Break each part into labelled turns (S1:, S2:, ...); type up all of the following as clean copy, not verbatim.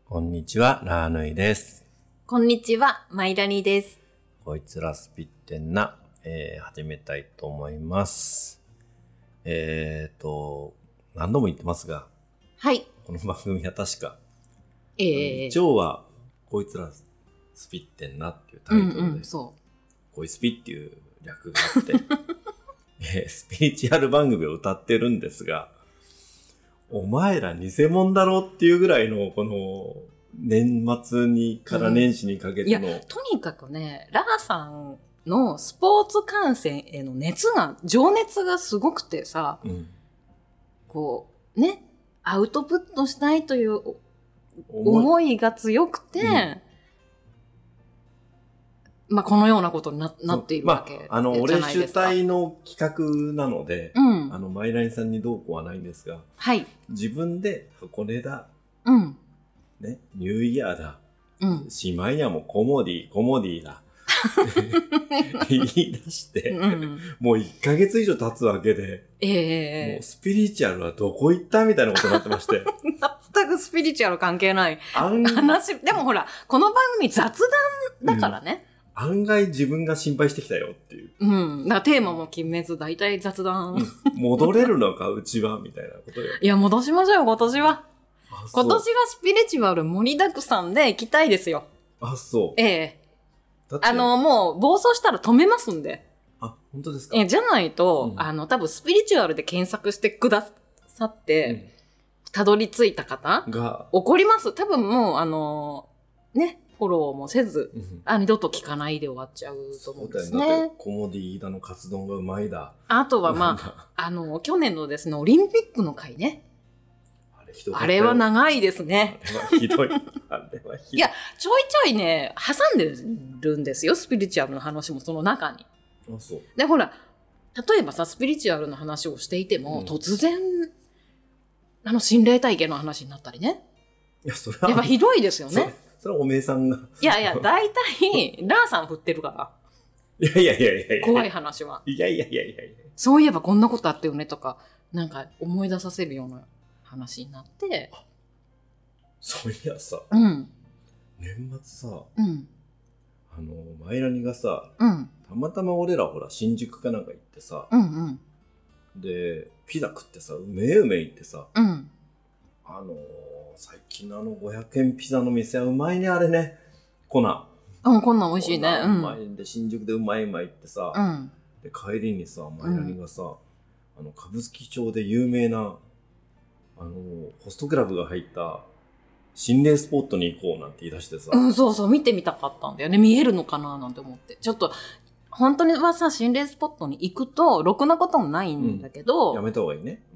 S1: こんにちは、ラーヌイです。
S2: こんにちは、マイラニです。
S1: こいつらスピッテンな、始めたいと思います。何度も言ってますが、
S2: はい。
S1: この番組は確か、
S2: 一
S1: 一応は、こいつらスピッテンなっていうタイトルで、こいスピっていう略があって、スピリチュアル番組を歌ってるんですが、お前ら偽物だろっていうぐらいの、この、年末にから年始にかけての、
S2: いや、とにかくね、ラーさんのスポーツ観戦への情熱がすごくてさ、こう、ね、アウトプットしたいという思いが強くて、まあ、このようなことに なっているわけじゃないですか。
S1: 俺主体の企画なので、マイラインさんにどうこうはないんですが、
S2: はい。
S1: 自分で箱根だ、ね、ニューイヤーだ、しまいにはもうコモディだ、言い出して、もう1ヶ月以上経つわけで、もうスピリチュアルはどこ行ったみたいなことになってまして。
S2: 全くスピリチュアル関係ない話。でもほら、この番組雑談だからね。
S1: 案外自分が心配してきたよっていう。
S2: だからテーマも決めず、大体雑談。
S1: 戻れるのか、うちはみたいなことよ。
S2: いや、戻しましょうよ、今年は。今年はスピリチュアル盛りだくさんで行きたいですよ。
S1: あ、そう。
S2: もう、暴走したら止めますんで。
S1: あ、本当ですか？
S2: じゃないと、多分スピリチュアルで検索してくださって、たどり着いた方が怒ります。多分もう、ね、フォローもせず、二度と聞かないで終わっちゃうと思うんですね。
S1: そうだよね。コモディだの、カツ丼がうまいだ。
S2: あとは去年のですね、オリンピックの回ね。あれは長いですね。
S1: あれはひどい。
S2: いや、ちょいちょいね、挟んでるんですよ、スピリチュアルの話もその中に。
S1: あ、そう。
S2: で、ほら、例えばさ、スピリチュアルの話をしていても、突然、心霊体験の話になったりね。
S1: いや、それは。
S2: やっぱひどいですよね。
S1: それはおめえさんが。
S2: いやいや、大体、ラーさん振ってるから。
S1: いや。
S2: 怖い話は。
S1: いや。
S2: そういえばこんなことあったよねとか、なんか思い出させるような話になって。
S1: そういやさ、年末さ、マイラニがさ、たまたま俺らほら、新宿かなんか行ってさ、で、ピザ食ってさ、うめえ言ってさ、最近の500円ピザの店はうまいね、あれね。粉。
S2: こんなん美味しいね。
S1: うまいんで、新宿でうまいってさ、で、帰りにさ、マイラニがさ、歌舞伎町で有名な、ホストクラブが入った心霊スポットに行こうなんて言い出してさ。
S2: そう、見てみたかったんだよね。見えるのかななんて思って。ちょっと、本当にはさ、心霊スポットに行くと、ろくなこともないんだけど。
S1: やめた方がいいね。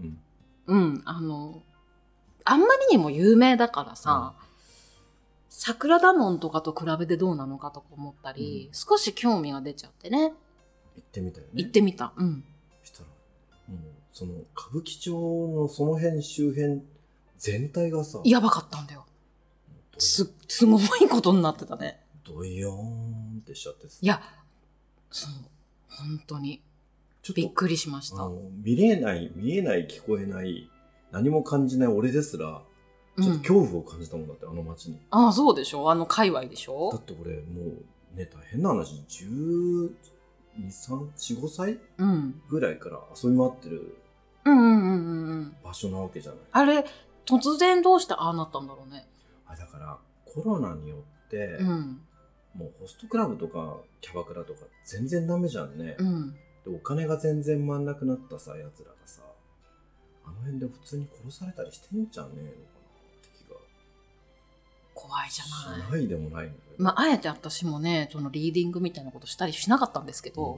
S2: あんまりにも有名だからさ、桜田門とかと比べてどうなのかとか思ったり、少し興味が出ちゃってね。
S1: 行ってみたよね。
S2: 行ってみた。
S1: したら、その歌舞伎町のその辺周辺全体がさ、
S2: やばかったんだよ。すごいことになってたね。
S1: ドヨーンってしちゃってさ。
S2: いや、本当に。びっくりしました。
S1: 見えない、聞こえない、何も感じない俺ですら、ちょっと恐怖を感じたもんだって、あの街に。
S2: ああ、そうでしょ？界隈でしょ？
S1: だって俺、もう、ね、大変な話、12、3、4、5歳ぐらいから遊び回ってる場所なわけじゃない。
S2: あれ、突然どうしてああなったんだろうね。
S1: だから、コロナによって、もうホストクラブとかキャバクラとか全然ダメじゃんね。で、お金が全然回んなくなったさ、奴らがさ、あの辺で普通に殺されたりしてんじゃねえのかな、敵が。
S2: 怖いじゃない。
S1: しないでもないんだけど。
S2: あえて私もね、そのリーディングみたいなことしたりしなかったんですけど、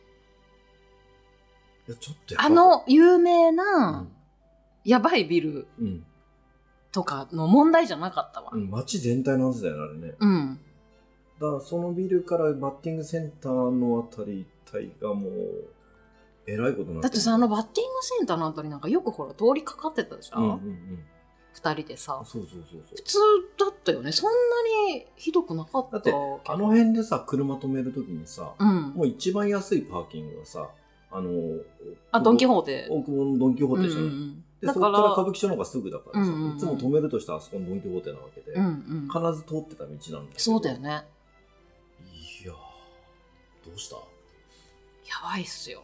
S1: いやちょっと
S2: 有名な、やばいビルとかの問題じゃなかったわ。
S1: 街全体の話だよね、あれね。だからそのビルからバッティングセンターのあたり一帯がもう、えらいことになってる。
S2: だってさ、バッティングセンターのあたりなんかよくほら通りかかってたでしょ？二人でさ。
S1: そう。
S2: 普通だったよね。そんなにひどくなかった。
S1: だって、あの辺でさ、車止めるときにさ、もう一番安いパーキングがさ、
S2: ドンキホーテ。
S1: 大久保のドンキホーテじゃない。 で、そこから歌舞伎町の方がすぐだからさ、いつも止めるとしたらあそこのドン・キホーテなわけで、必ず通ってた道なんだけど。
S2: そうだよね。
S1: いやー、どうした？や
S2: ばいっすよ。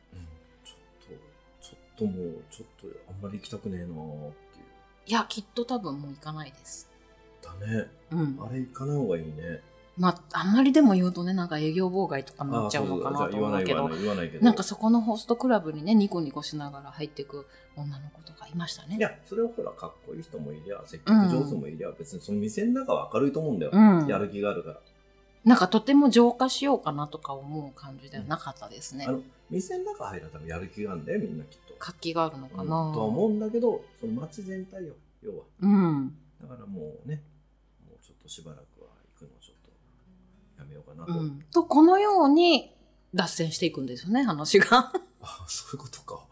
S1: ちょっとあんまり行きたくねえなーっていう。
S2: いや、きっと多分もう行かないです。
S1: だね。あれ行かない方がいいね。
S2: あんまりでも言うとね、なんか営業妨害とかになっちゃうのかなと思うけど、なんかそこのホストクラブにね、ニコニコしながら入っていく女の子とかいましたね。
S1: いや、それはほら、かっこいい人もいりゃ、接客上手もいりゃ、別にその店の中は明るいと思うんだよ。やる気があるから。
S2: なんかとても浄化しようかなとか思う感じではなかったですね。
S1: 店の中入ら多分やる気があるんだよ、みんなきっと。
S2: 活気があるのかな、
S1: とは思うんだけど、その街全体よ、要は。だからもうね、もうちょっとしばらくは行くのちょっとやめようかなと。
S2: と、このように脱線していくんですよね、話が。
S1: そういうことか。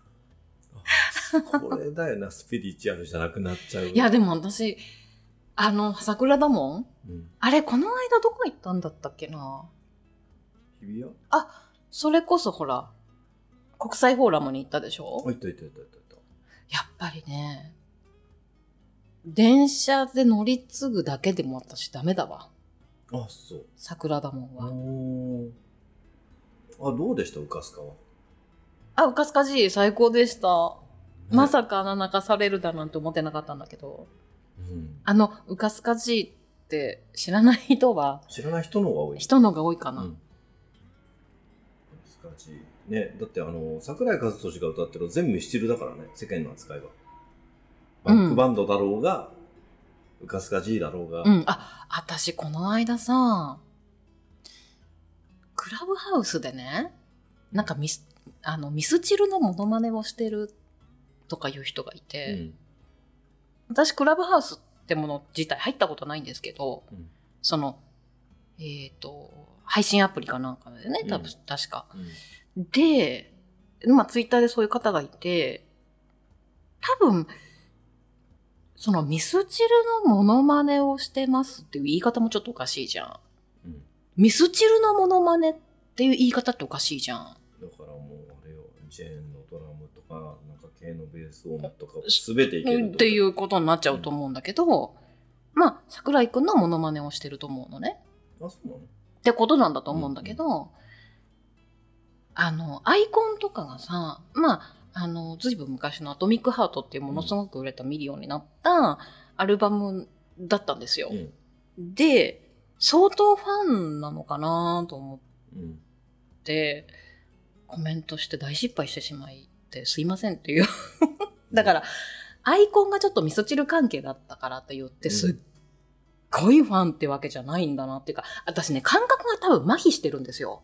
S1: これだよな、スピリチュアルじゃなくなっちゃう。
S2: いや、でも私、桜田門、あれ、この間どこ行ったんだったっけな。
S1: 日比谷？
S2: それこそほら、国際フォーラムに行ったでしょ？
S1: 行った。
S2: やっぱりね、電車で乗り継ぐだけでも私ダメだわ。
S1: そう。
S2: 桜田門
S1: は。どうでした、うかすかは？
S2: うかすか G 最高でした。まさか穴泣かされるだなんて思ってなかったんだけど。うかすか G って知らない人は
S1: 知らない人の方が多い。
S2: 人のが多いかな。うか
S1: すか G ね、だって桜井和寿が歌ってるの全部ミスチルだからね、世間の扱いは。バックバンドだろうが、うかすか G だろうが。
S2: 私この間さ、クラブハウスでね、なんかミスチルのモノマネをしてるとかいう人がいて、私クラブハウスってもの自体入ったことないんですけど、その配信アプリかなんかでね、確か、で、ツイッターでそういう方がいて、多分そのミスチルのモノマネをしてますっていう言い方もちょっとおかしいじゃん。ミスチルのモノマネっていう言い方っておかしいじゃん。
S1: だからもうあれよ、ジェーンのドラムとか、なんか系のベース音とかを全ていける
S2: っていうことになっちゃうと思うんだけど、桜井くんのモノマネをしてると思うのね。
S1: そうなの？
S2: ってことなんだと思うんだけど、アイコンとかがさ、ずいぶん昔のアトミックハートっていうものすごく売れたミリオンになったアルバムだったんですよ。で、相当ファンなのかなと思って、コメントして大失敗してしまいってすいませんっていう。だから、アイコンがちょっとミスチル関係だったからって言って、すっごいファンってわけじゃないんだなっていうか、私ね、感覚が多分麻痺してるんですよ。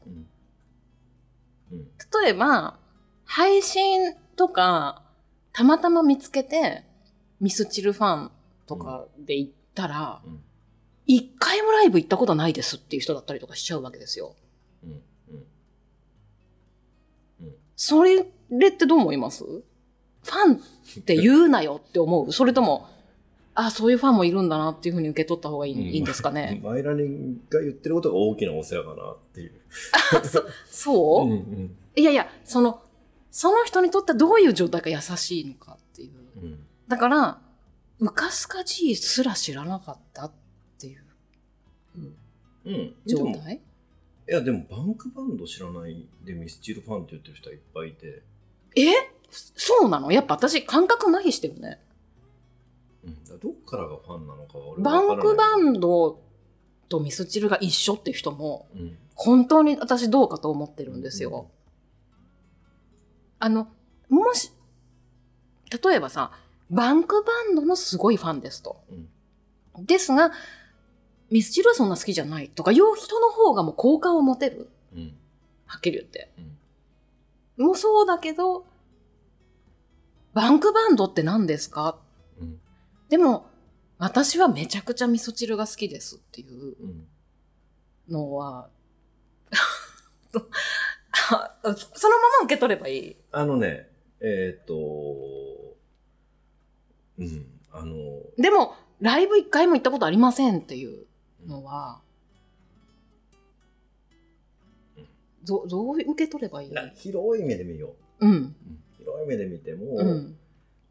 S2: 例えば、配信とか、たまたま見つけて、ミスチルファンとかで行ったら、一回もライブ行ったことないですっていう人だったりとかしちゃうわけですよ。それってどう思います？ファンって言うなよって思う？それとも、そういうファンもいるんだなっていうふうに受け取った方がいいんですかね。
S1: マイラニが言ってることが大きなお世話かなっていう。
S2: そう、いやいや、その人にとってどういう状態が優しいのかっていう。だから、うかすか G すら知らなかったっていう状態？
S1: いや、でもバンクバンド知らないでミスチルファンって言ってる人はいっぱいいて。
S2: そうなの？やっぱ私感覚麻痺してるね。
S1: どっからがファンなのかは俺
S2: バンクバンドとミスチルが一緒っていう人も、本当に私どうかと思ってるんですよ。もし、例えばさ、バンクバンドのすごいファンですと。ですが、ミスチルはそんな好きじゃないとかいう人の方がもう好感を持てる。はっきり言って。もうそうだけど、バンクバンドって何ですか？でも、私はめちゃくちゃミスチルが好きですっていうのは、そのまま受け取ればいい。でも、ライブ一回も行ったことありませんっていうのは、どう受け取ればいい？
S1: 広い目で見よう。広い目で見ても、も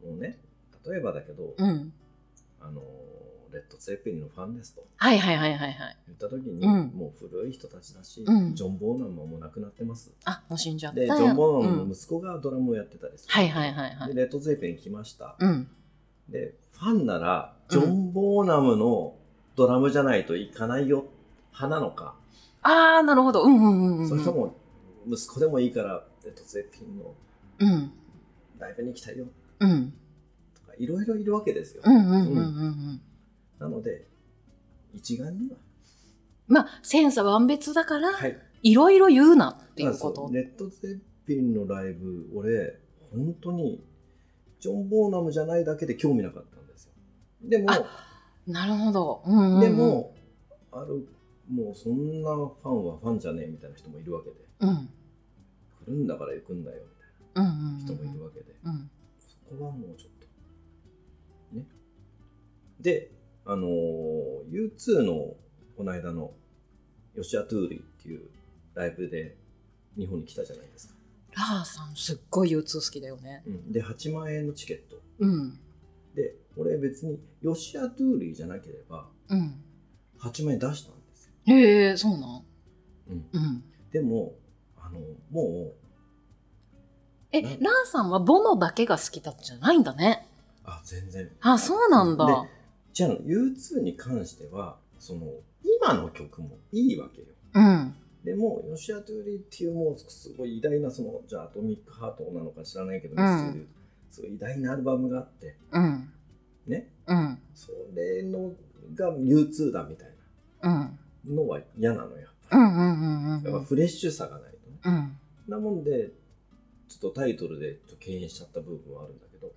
S1: もうね、例えばだけど、レッド・ツェッペリンのファンですと。
S2: はいはいはいはいはい。
S1: 言った時に、もう古い人たちだし、ジョン・ボーナムももう亡くなってます。
S2: あ、もう死んじゃった。
S1: で、ジョン・ボーナムの息子がドラムをやってたりする。
S2: はいはいはいはい。
S1: で、レッド・ツェッペリン来ました。で、ファンなら、ジョン・ボーナムのドラムじゃないといかないよ、派なのか。
S2: ああ、なるほど。
S1: それとも、息子でもいいから、レッド・ツェッペリンのライブに行きたいよ。とか、いろいろいるわけですよ。なので、一概には。
S2: まあ、千差万別だから、いろいろ言うなっていうこと。
S1: レッド・ツェッペリンのライブ、俺、本当に、ジョン・ボーナムじゃないだけで興味なかったんですよ。でも、
S2: なるほど。
S1: でも、もうそんなファンはファンじゃねえみたいな人もいるわけで、来るんだから行くんだよみたいな人もいるわけで、そこはもうちょっと。ね。で、U2 のこの間のヨシア・トゥーリーっていうライブで日本に来たじゃないですか。
S2: ラーさんすっごい U2 好きだよね。
S1: で、8万円のチケット。で、俺別にヨシア・トゥーリーじゃなければ、8万円出したんですよ。
S2: へえ、そうなん？
S1: でも、もう。
S2: ラーさんはボノだけが好きだったんじゃないんだね。
S1: あ、全然。
S2: あ、そうなんだ。
S1: じゃあ U2 に関しては今の曲もいいわけよ。でもヨシア・トゥーリーっていうもうすごい偉大なじゃあアトミック・ハートなのか知らないけど、すごい偉大なアルバムがあって、ね、それのが U2 だみたいなのは嫌なのよ。やっぱフレッシュさがないとね。なもんでちょっとタイトルで敬遠しちゃった部分はあるんだけど。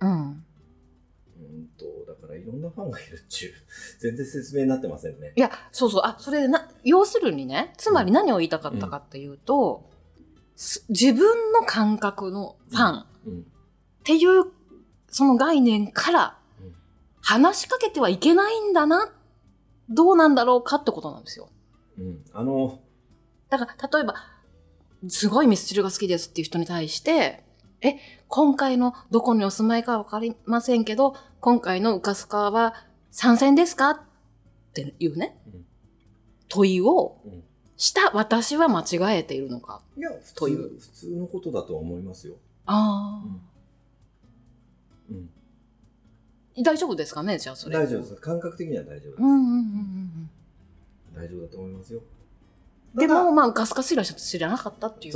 S1: だからいろんなファンがいるっちゅう全然説明になってませんね。
S2: いや、そうそう。それで要するにね、つまり何を言いたかったかっていうと、自分の感覚のファンっていうその概念から話しかけてはいけないんだな、どうなんだろうかってことなんですよ。だから例えばすごいミスチルが好きですっていう人に対して、今回のどこにお住まいかわかりませんけど、今回のウカスカは参戦ですかっていうね、問いをした私は間違えているのか。
S1: いや、普通のことだとは思いますよ。
S2: 大丈夫ですかね、じゃあそれ。
S1: 大丈夫です。感覚的には大丈夫です。大丈夫だと思いますよ。
S2: でも、ウカスカすら知らなかったっていう、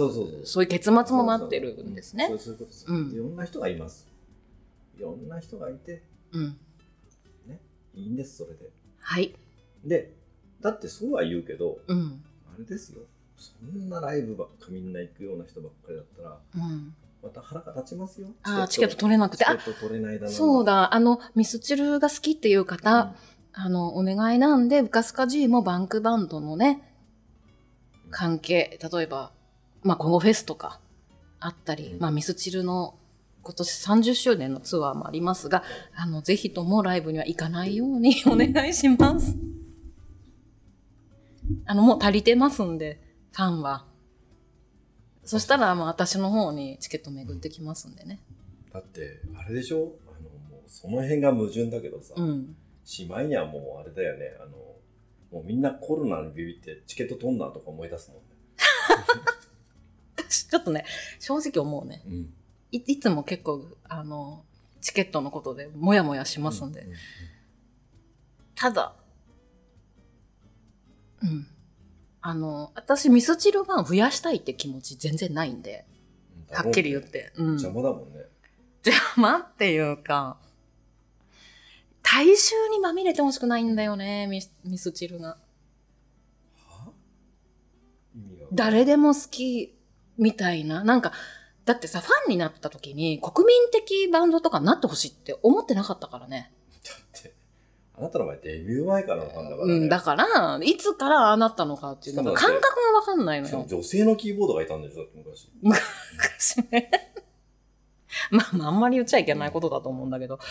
S2: そういう結末も待ってるんですね。
S1: そういうことです。いろんな人がいます。いろんな人がいて、ね、いいんです、それで。
S2: はい。
S1: で、だってそうは言うけど、あれですよ、そんなライブばっかみんな行くような人ばっかりだったら、また腹が立ちますよ。
S2: チケット取れなくて。
S1: チケット取れないだろう。
S2: そうだ、ミスチルが好きっていう方、お願いなんで、ウカスカ G もバンクバンドのね、関係、例えば、コゴフェスとかあったり、ミスチルの今年30周年のツアーもありますが、ぜひともライブには行かないようにお願いします。もう足りてますんで、ファンは。そしたら、私の方にチケット巡ってきますんでね。
S1: だって、あれでしょ？もうその辺が矛盾だけどさ、しまいにはもうあれだよね、もうみんなコロナにビビってチケット取んなとか思い出すもんね。
S2: ちょっとね、正直思うね。いつも結構、チケットのことでもやもやしますんで。ただ、私、ミスチルファン増やしたいって気持ち全然ないんで、はっきり言って。
S1: 邪魔だもんね。
S2: 邪魔っていうか、大衆にまみれてほしくないんだよね、ミスチルが。誰でも好きみたいな。だってさ、ファンになった時に国民的バンドとかなってほしいって思ってなかったからね。
S1: だって、あなたの前デビュー前からのファンだからね。
S2: だから、いつからああなったのかっていうのが感覚がわかんないのよ。
S1: 女性のキーボードがいたんでしょ、だって昔。
S2: 昔ね。あんまり言っちゃいけないことだと思うんだけど、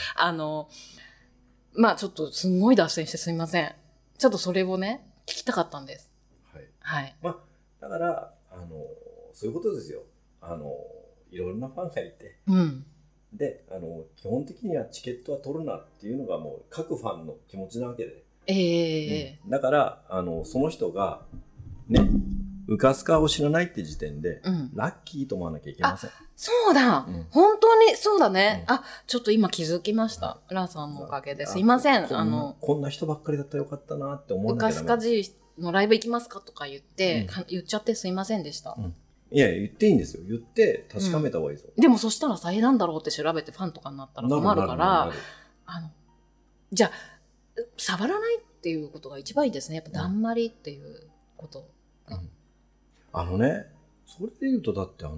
S2: ちょっとすんごい脱線してすみません。ちょっとそれをね、聞きたかったんです。はい。
S1: だから、そういうことですよ。いろんなファンがいて。 で、基本的にはチケットは取るなっていうのがもう各ファンの気持ちなわけで。だから、その人が、ね、ウカスカを知らないって時点で、ラッキーと思わなきゃいけません。
S2: そうだ、本当にそうだね。ちょっと今気づきました。ラーさんのおかげですいません。
S1: こんな人ばっかりだったらよかったなって思わなきゃダメ。
S2: ウカスカ G のライブ行きますかとか言って、言っちゃってすいませんでした。
S1: いや、言っていいんですよ。言って確かめた方がいいですよ。
S2: でもそしたらさ、なんだろうって調べてファンとかになったら困るから、じゃあ、触らないっていうことが一番いいですね。やっぱだんまりっていうことが。
S1: それで言うと、だって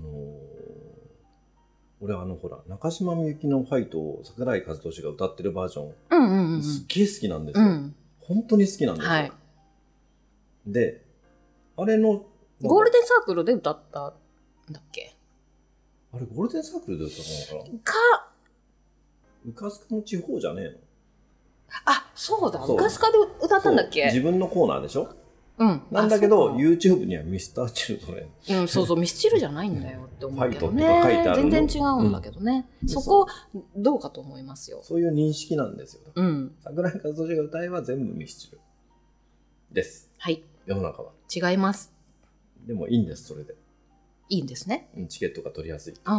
S1: 俺ほら、中島みゆきのファイトを桜井和寿が歌ってるバージョン、すっげえ好きなんですよ。本当に好きなんですよ。で、あれの、
S2: ゴールデンサークルで歌ったんだっけ？
S1: あれ、ゴールデンサークルで歌ったのかな？ウカスカの地方じゃねえの？
S2: そうだ。ウカスカで歌ったんだっけ？
S1: 自分のコーナーでしょ？なんだけど、YouTube にはミスターチルドレン。
S2: そうそう、ミスチルじゃないんだよって思うけどね。全然違うんだけどね。そこ、どうかと思いますよ。
S1: そういう認識なんですよ。桜井和寿が歌えば全部ミスチルです。
S2: はい。
S1: 世の中は。
S2: 違います。
S1: でもいいんです、それで。
S2: いいんですね。
S1: チケットが取りやすい。と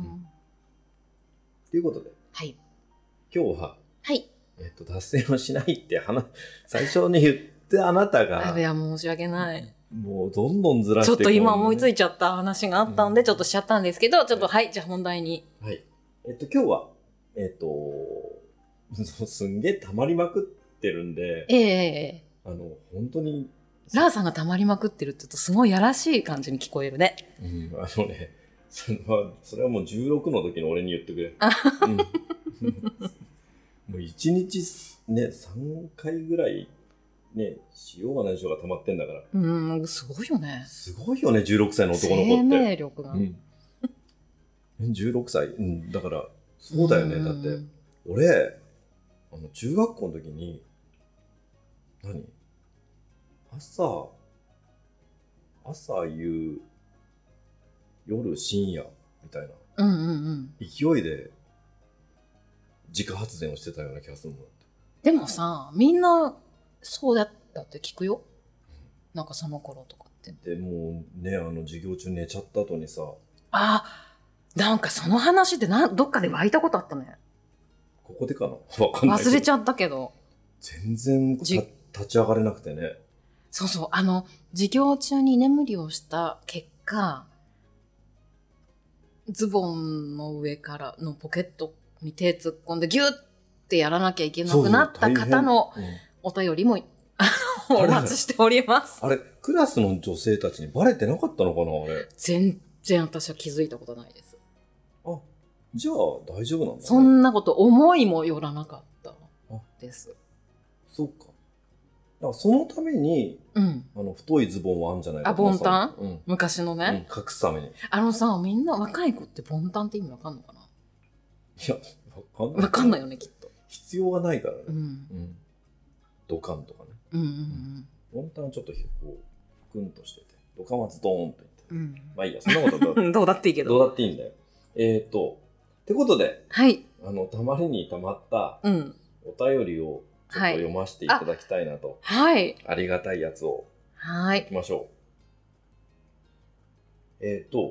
S1: いうことで。
S2: はい。
S1: 今日は、
S2: はい。
S1: 脱線をしないって最初に言ってあなたが。
S2: いや、申し訳ない。
S1: もうどんどんずらして
S2: ちょっと今思いついちゃった話があったんで、ちょっとしちゃったんですけど、ちょっとはい、じゃあ本題に。
S1: はい。今日は、すんげえ溜まりまくってるんで、本当に。
S2: ラーさんが溜まりまくってるって言うとすごいやらしい感じに聞こえるね。
S1: それはもう16の時の俺に言ってくれ。もう1日ね、3回ぐらいね、しようがないでしょうが溜まってんだから。
S2: すごいよね。
S1: すごいよね、16歳の男の子って。
S2: 生命力が。
S1: 16歳、だから、そうだよね。だって、俺、中学校の時に、朝夕、夜深夜みたいな、勢いで自家発電をしてたような気がするもん。
S2: でもさ、みんなそうだったって聞くよ。なんかその頃とかって。
S1: でもうね、授業中寝ちゃった後にさ。
S2: なんかその話でどっかで湧いたことあったね。
S1: ここでかな？わかんない。
S2: 忘れちゃったけど。
S1: 全然立ち上がれなくてね。
S2: そうそう、授業中に居眠りをした結果、ズボンの上からのポケットに手突っ込んでギュッてやらなきゃいけなくなった方のお便りもお待ちしております。
S1: あれ、クラスの女性たちにバレてなかったのかな、あれ。
S2: 全然私は気づいたことないです。
S1: じゃあ大丈夫なんだね。
S2: そんなこと思いもよらなかったです。
S1: そうか。だからそのために、太いズボンはあるんじゃないかな。
S2: ボンタン、昔のね、
S1: 隠すために。
S2: みんな若い子ってボンタンって意味わかんのかな？
S1: いや、
S2: わかんないよね、きっと。必
S1: 要がないからね。ドカンとかね。ボンタンはちょっとこう、ふくんとしてて、ドカンはズドーンと言って。まあいいや、そんなこと
S2: どうだっていいけど。
S1: どうだっていいんだよ。ってことで、
S2: はい。
S1: たまりにたまった、お便りをちょっと読ませていただきたいなと。
S2: はい。
S1: ありがたいやつを。
S2: はい。
S1: 行きましょう。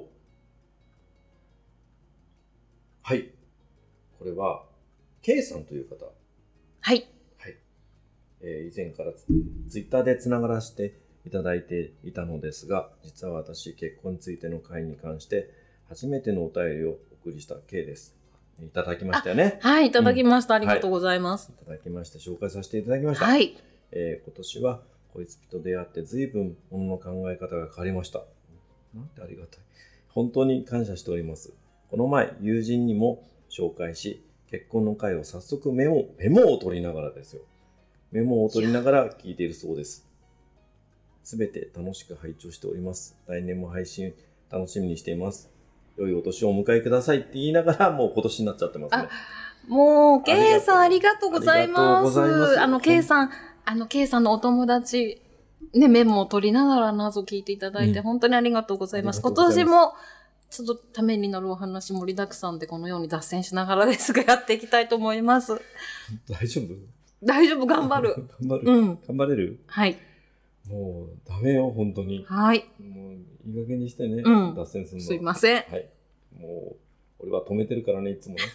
S1: はい。これは、K さんという方。
S2: はい。
S1: はい。以前からツイッターでつながらせていただいていたのですが、実は私、結婚についての会に関して、初めてのお便りをお送りした K です。いただきましたよね。
S2: はい、いただきました。ありがとうございます。
S1: いただきまして、紹介させていただきました。
S2: はい。
S1: 今年は、恋スピと出会って随分ものの考え方が変わりました。なんてありがたい。本当に感謝しております。この前、友人にも紹介し、結婚の会を早速メモを取りながらですよ。メモを取りながら聞いているそうです。すべて楽しく拝聴しております。来年も配信楽しみにしています。良いお年をお迎えくださいって言いながら、もう今年になっちゃってますね。
S2: もう、K さんありがとうございます。K さんのお友達、ね、メモを取りながら謎聞いていただいて、本当にありがとうございます。今年もちょっとためになるお話盛りだくさんで、このように脱線しながらですがやっていきたいと思います。
S1: 大丈夫？
S2: 大丈夫、頑張る。
S1: 頑張る、
S2: うん。
S1: 頑張れる？
S2: はい。
S1: もうダメよ、本当に。
S2: はい。
S1: もういい加減にしてね、脱線するの。
S2: すいません。
S1: はい。もう、俺は止めてるからね、いつもね。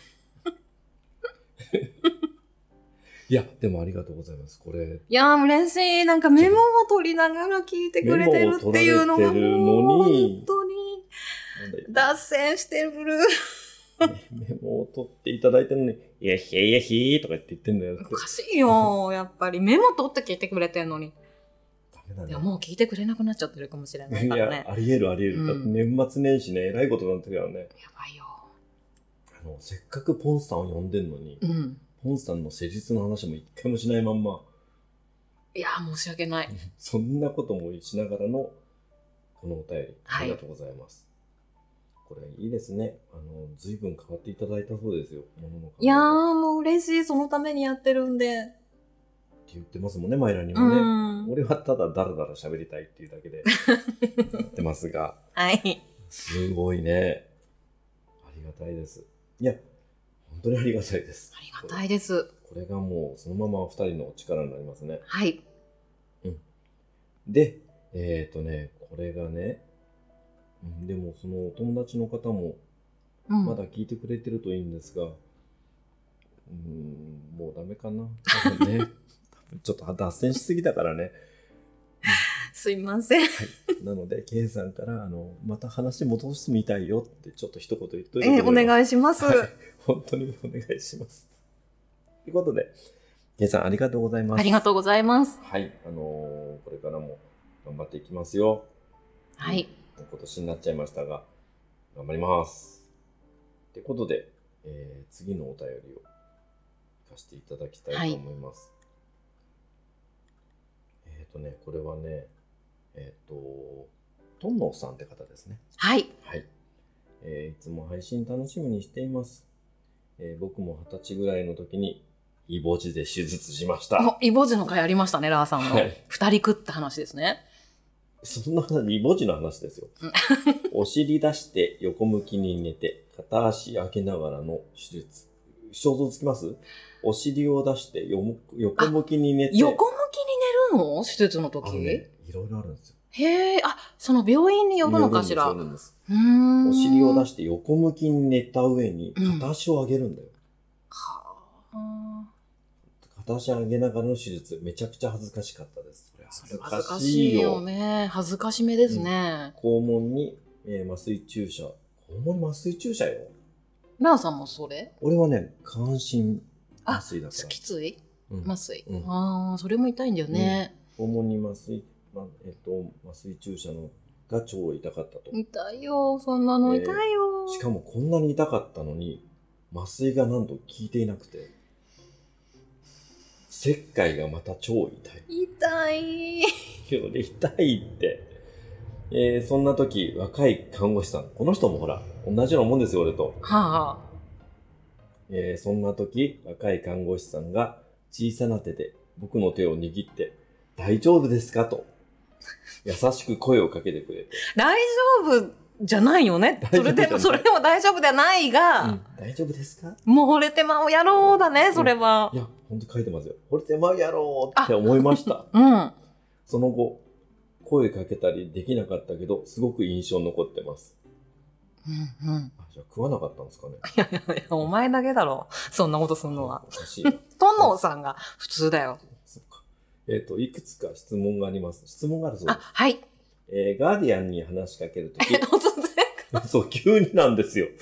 S1: いや、でもありがとうございます。これ。
S2: いやー、嬉しい。なんかメモを取りながら聞いてくれてるっていうのがもう、本当に、脱線してる。
S1: メモを取っていただいてるのに、いやひいやひーとか言ってんだよ。
S2: おかしいよ、やっぱり。メモ取って聞いてくれてんのに。
S1: ダメだね。
S2: でももう聞いてくれなくなっちゃってるかもしれないからね。
S1: いや、ありえるありえる。だって年末年始ね、えらいことになってるからね。
S2: やばいよ。
S1: せっかくポンさんを呼んでんのに、ポンさんの施術の話も一回もしないまんま。
S2: いや、申し訳ない。
S1: そんなこともしながらの、このお便り、ありがとうございます。これいいですね。随分変わっていただいたそうですよ。
S2: いやー、もう嬉しい。そのためにやってるんで。って
S1: 言ってますもんね、マイラにもね。俺はただダラダラ喋りたいっていうだけでやってますが。
S2: はい。
S1: すごいね。ありがたいです。いや、本当にありがたいです。
S2: ありがたいです。
S1: これがもうそのまま二人の力になりますね。
S2: はい。
S1: で、これがね、でもそのお友達の方もまだ聞いてくれてるといいんですが、もうダメかな。多分ね、ちょっと脱線しすぎたからね。
S2: すいません。
S1: はい、なので、ケイさんからまた話戻してみたいよってちょっと一言言っといてくれれば。
S2: お願いします。
S1: はい、本当にお願いします。ということで、ケイさんありがとうございます。
S2: ありがとうございます。
S1: はい、これからも頑張っていきますよ。
S2: はい。
S1: 今年になっちゃいましたが、頑張ります。ということで、次のお便りを聞かせていただきたいと思います。はい、これはね、トンノーさんって方ですね。
S2: はい。
S1: はい。いつも配信楽しみにしています。僕も20歳ぐらいの時にイボ痔で手術しました。
S2: イボ痔の回ありましたね、ラーさんの。はい、二人食った話ですね。
S1: そんな話、イボ痔の話ですよ。お尻出して横向きに寝て、片足上げながらの手術。想像つきます？お尻を出して横向きに寝て。
S2: 横向きに寝るの？手術の時？
S1: ね、いろいろあるんですよ。
S2: へえ、その病院によるのかしら。
S1: お尻を出して横向きに寝た上に片足を上げるんだよ。
S2: はあ。
S1: 片足上げながらの手術、めちゃくちゃ恥ずかしかったです。
S2: 恥ずかしいよね。恥ずかしめですね。
S1: 肛門に、麻酔注射。肛門に麻酔注射よ。
S2: ラーさんもそれ？
S1: 俺はね、下半身麻酔だから。
S2: きつい？麻酔。それも痛いんだよね。
S1: 肛門に麻酔注射のが超痛かったと。
S2: 痛いよ、そんなの痛いよ。
S1: しかもこんなに痛かったのに、麻酔がなんと効いていなくて、切開がまた超痛い。
S2: 痛い。
S1: 痛いって。そんな時、若い看護師さん、この人もほら、同じようなもんですよ、俺と。
S2: はあ。
S1: そんな時、若い看護師さんが小さな手で僕の手を握って、大丈夫ですかと、優しく声をかけてくれて。
S2: 大丈夫じゃないよね。それでも大丈夫ではないが、
S1: 大丈夫ですか？
S2: もう惚れてまうやろうだね、それは。
S1: いや、ほんと書いてますよ。惚れてまうやろうって思いました。その後、声かけたりできなかったけど、すごく印象に残ってます。じゃあ食わなかったんですかね。
S2: いや、お前だけだろ。そんなことすんのは。おかしいな。トノーさんが普通だよ。
S1: そうか。いくつか質問があります。質問があるそうです。
S2: はい。
S1: ガーディアンに話しかけるとき。
S2: 突然
S1: そう、急になんですよ。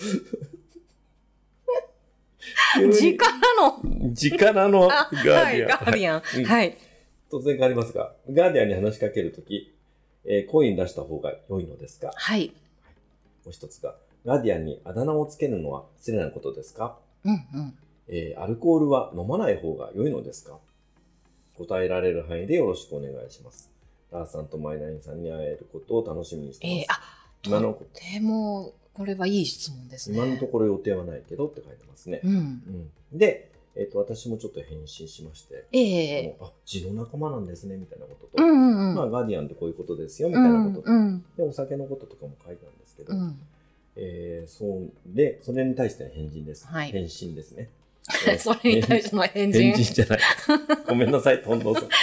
S1: 力のガーディアン。
S2: はい、ガーディアン。はい。
S1: 突然変わりますが、ガーディアンに話しかけるとき、コイン出した方が良いのですか？
S2: はい。
S1: もう一つが、ガーディアンにあだ名をつけるのは失礼なことですか？アルコールは飲まない方が良いのですか？答えられる範囲でよろしくお願いします。ラーさんとマイナインさんに会えることを楽しみにしてます。
S2: とても、これはいい質問ですね。
S1: 今のところ予定はないけどって書いてますね。で、私もちょっと返信しまして、血の仲間なんですね、みたいなことと、まあ、ガーディアンってこういうことですよ、みたいなことと、で、お酒のこととかも書いたんですけど、 そうで、それに対しての返信です。
S2: はい、
S1: 返信ですね。
S2: それに対しての返信。
S1: 返事じゃない。ごめんなさい、トンドさん。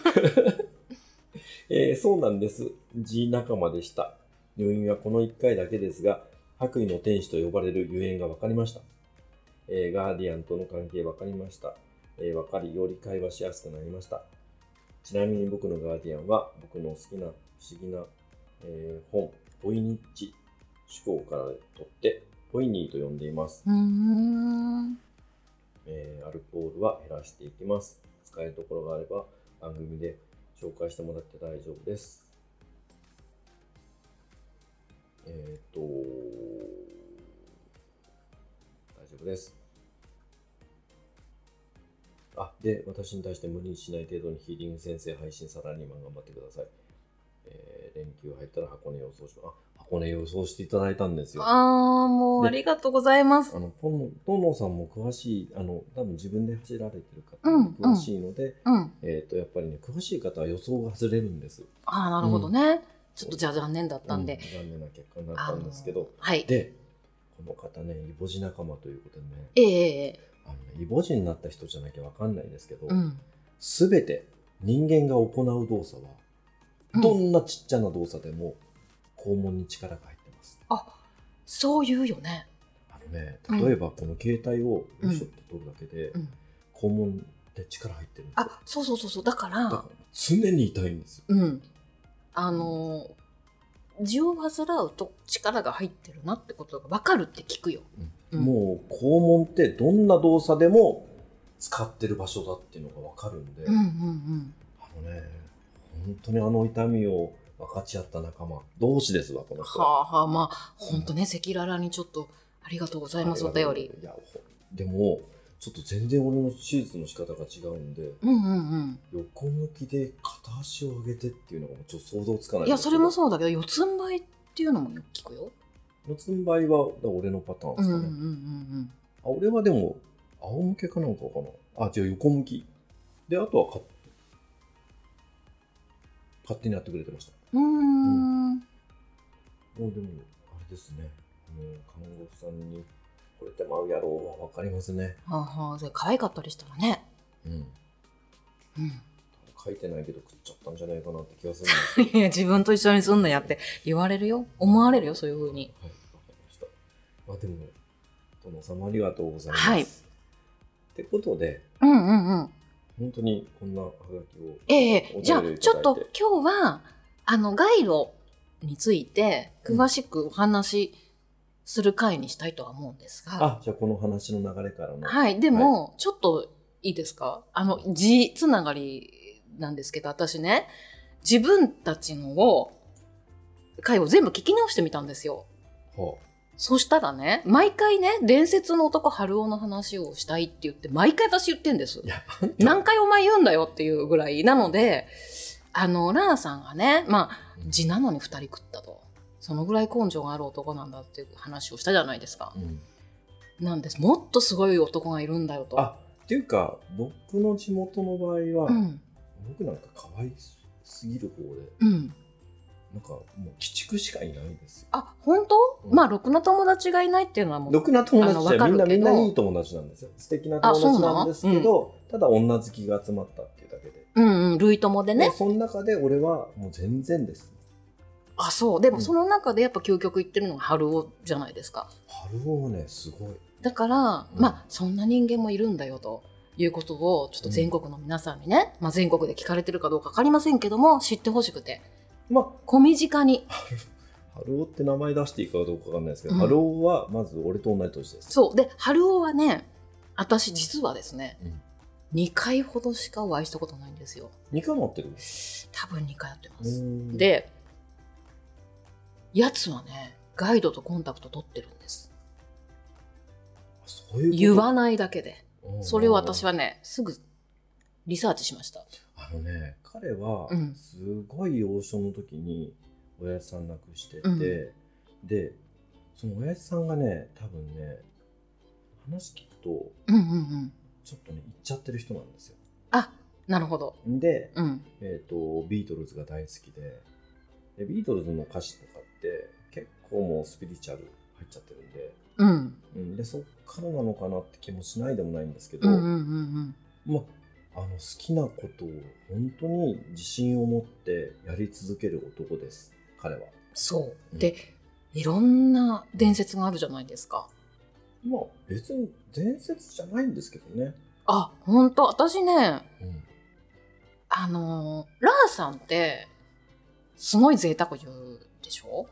S1: そうなんです。G 仲間でした。入院はこの1回だけですが、白衣の天使と呼ばれるゆえんが分かりました。ガーディアンとの関係分かりました。分かり、より会話しやすくなりました。ちなみに僕のガーディアンは、僕の好きな不思議な、本、ポイニッチ思考から取って、ポイニーと呼んでいます。アルコールは減らしていきます。使えるところがあれば番組で紹介してもらって大丈夫です。大丈夫です。で、私に対して無理しない程度にヒーリング先生配信サラリーマン頑張ってください。連休入ったら箱根予想します。箱根予想していただいたんですよ。
S2: もうありがとうございます。
S1: トノさんも詳しい、多分自分で走られてる方も詳しいので、やっぱりね、詳しい方は予想が外れるんです。
S2: なるほどね。ちょっとじゃあ残念だったんで。
S1: 残念な結果になったんですけど、
S2: はい。
S1: で、この方ね、イボジ仲間ということで
S2: ね、
S1: イボジになった人じゃなきゃわかんないですけど、すべて人間が行う動作は、どんなちっちゃな動作でも肛門に力が入ってます。
S2: そう言うよね。
S1: 例えばこの携帯をよいしょって取るだけで、肛門で力入ってるんですよ。
S2: そう。だから
S1: 常に痛いんですよ。
S2: 痔を患うと力が入ってるなってことが分かるって聞くよ。
S1: もう肛門ってどんな動作でも使ってる場所だっていうのが分かるんで、本当に痛みを分かち合った仲間同士ですわ、この人。
S2: まあ本当ね、赤裸々にちょっとありがとうございます、お便り。
S1: いや、でもちょっと全然俺の手術の仕方が違うんで、横向きで片足を上げてっていうのがちょっと想像つかない。
S2: いや、それもそうだけど、四つん這いっていうのもよく聞くよ。
S1: 四つん這いは俺のパターンですかね。俺はでも仰向けかなんかかな。違う、横向きで、あとは勝手にやってくれてました。もうでもあれですね、看護婦さんにこれ手間うやろうは分かりますね。
S2: じゃあ可愛かったりしたらね。
S1: 書いてないけど食っちゃったんじゃないかなって気がするんです
S2: いや、自分と一緒にすんなやって言われるよ。思われるよ、そういう風に。
S1: はい、分かりました。でも殿様ありがとうございます。ってことで、本当にこんなハガキを
S2: じゃあちょっと今日はガイドについて詳しくお話しする回にしたいとは思うんですが、
S1: じゃあこの話の流れからの
S2: でも、ちょっといいですか、字つながりなんですけど、私ね、自分たちの回を全部聞き直してみたんですよ。そしたらね、毎回ね、伝説の男春夫の話をしたいって言って、毎回私言ってんです。何回お前言うんだよっていうぐらい。なので、ラーさんがね、字なのに2人食ったと。そのぐらい根性がある男なんだっていう話をしたじゃないですか。なんです。もっとすごい男がいるんだよと。
S1: っていうか、僕の地元の場合は、僕なんか可愛すぎる方で、なんかもう鬼畜しかいないんですよ。
S2: 本当？ろくな友達がいないっていうのはもう
S1: ろくな友達じゃみんないい友達なんですよ。素敵な友達なんですけど、ただ女好きが集まったっていうだけで。
S2: 類友でね。
S1: その中で俺はもう全然です。
S2: そう。でもその中でやっぱ究極言ってるのが春夫じゃないですか。
S1: 春夫はね、すごい。
S2: だから、そんな人間もいるんだよということをちょっと全国の皆さんにね、全国で聞かれてるかどうか分かりませんけども、知ってほしくて。小身近に。
S1: 春夫って名前出していいかどうか分かんないですけど、春夫はまず俺と同い年です。
S2: そうで、春夫はね、私実はですね、2回ほどしかお会いしたことないんですよ。
S1: 2回も会ってる？
S2: 多分2回会ってます。で、やつはね、ガイドとコンタクト取ってるんです。
S1: そういうこと？
S2: 言わないだけで。それを私はね、すぐリサーチしました。
S1: 彼はすごい幼少の時に親父さん亡くしてて、でその親父さんがね、多分ね、話聞くとちょっとね、言っちゃってる人なんですよ。
S2: なるほど。
S1: で、ビートルズが大好きで、ビートルズの歌詞とかって結構もうスピリチュアル入っちゃってるんで、
S2: うん
S1: でそっからなのかなって気もしないでもないんですけど、好きなことを本当に自信を持ってやり続ける男です、彼は。
S2: そう、でいろんな伝説があるじゃないですか。
S1: 別に伝説じゃないんですけどね。
S2: あ、本当私ね、ラーさんってすごい贅沢言うでしょ。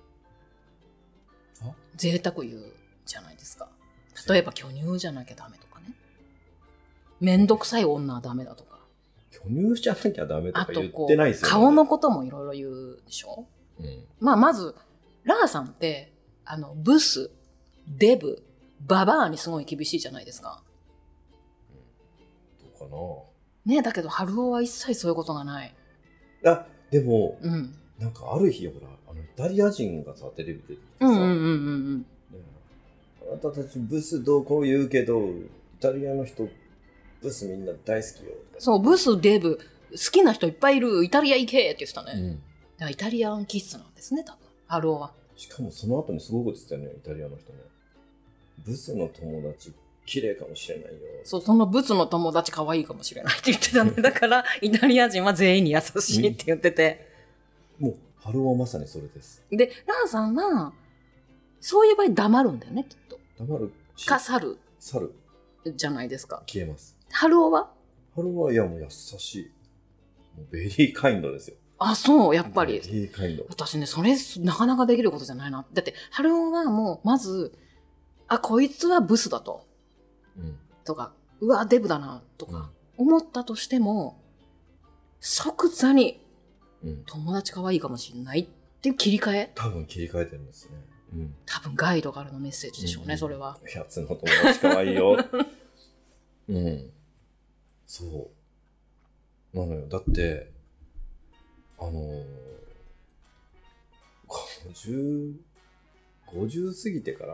S2: 贅沢言うじゃないですか。例えば巨乳じゃなきゃダメとかね、めんどくさい女はダメだとか、
S1: 巨乳じゃなきゃダメとか言ってないですよね。
S2: 顔のこともいろいろ言うでしょ、まずラーさんってブス、デブ、ババアにすごい厳しいじゃないですか。
S1: どうか
S2: なね。だけど春男は一切そういうことがない。
S1: でも、なんかある日ほらイタリア人がさテレビ出てきてさ、あなたたちブスどうこう言うけどイタリアの人ブスみんな大好きよ。
S2: そう、ブス、デブ好きな人いっぱいいる、イタリア行けって言ってたね。だからイタリアン気質なんですね、多分春男は。
S1: しかもその後にすごいこと言ってたよね、イタリアの人ね。ブスの友達綺麗かもしれないよ。
S2: そう、そのブスの友達可愛いかもしれないって言ってたね。だからイタリア人は全員に優しいって言ってて、
S1: もう春男はまさにそれです。
S2: でラーさんはそういう場合黙るんだよね、きっと。
S1: 黙る
S2: か去るじゃないですか。
S1: 消えます。
S2: 春男は
S1: もう優しい、もうベリーカインドですよ。
S2: あ、そう、やっぱり。
S1: ベリーカインド。
S2: 私ね、それなかなかできることじゃないな。だって春男はもうまずこいつはブスだと、とかうわデブだなとか思ったとしても、即座に、友達可愛いかもしれないっていう切り替え。
S1: 多分切り替えてるんですね。
S2: 多分ガイドからのメッセージでしょうね、それは。
S1: やつの友達可愛いよ。そうなのよ。だって50過ぎてから、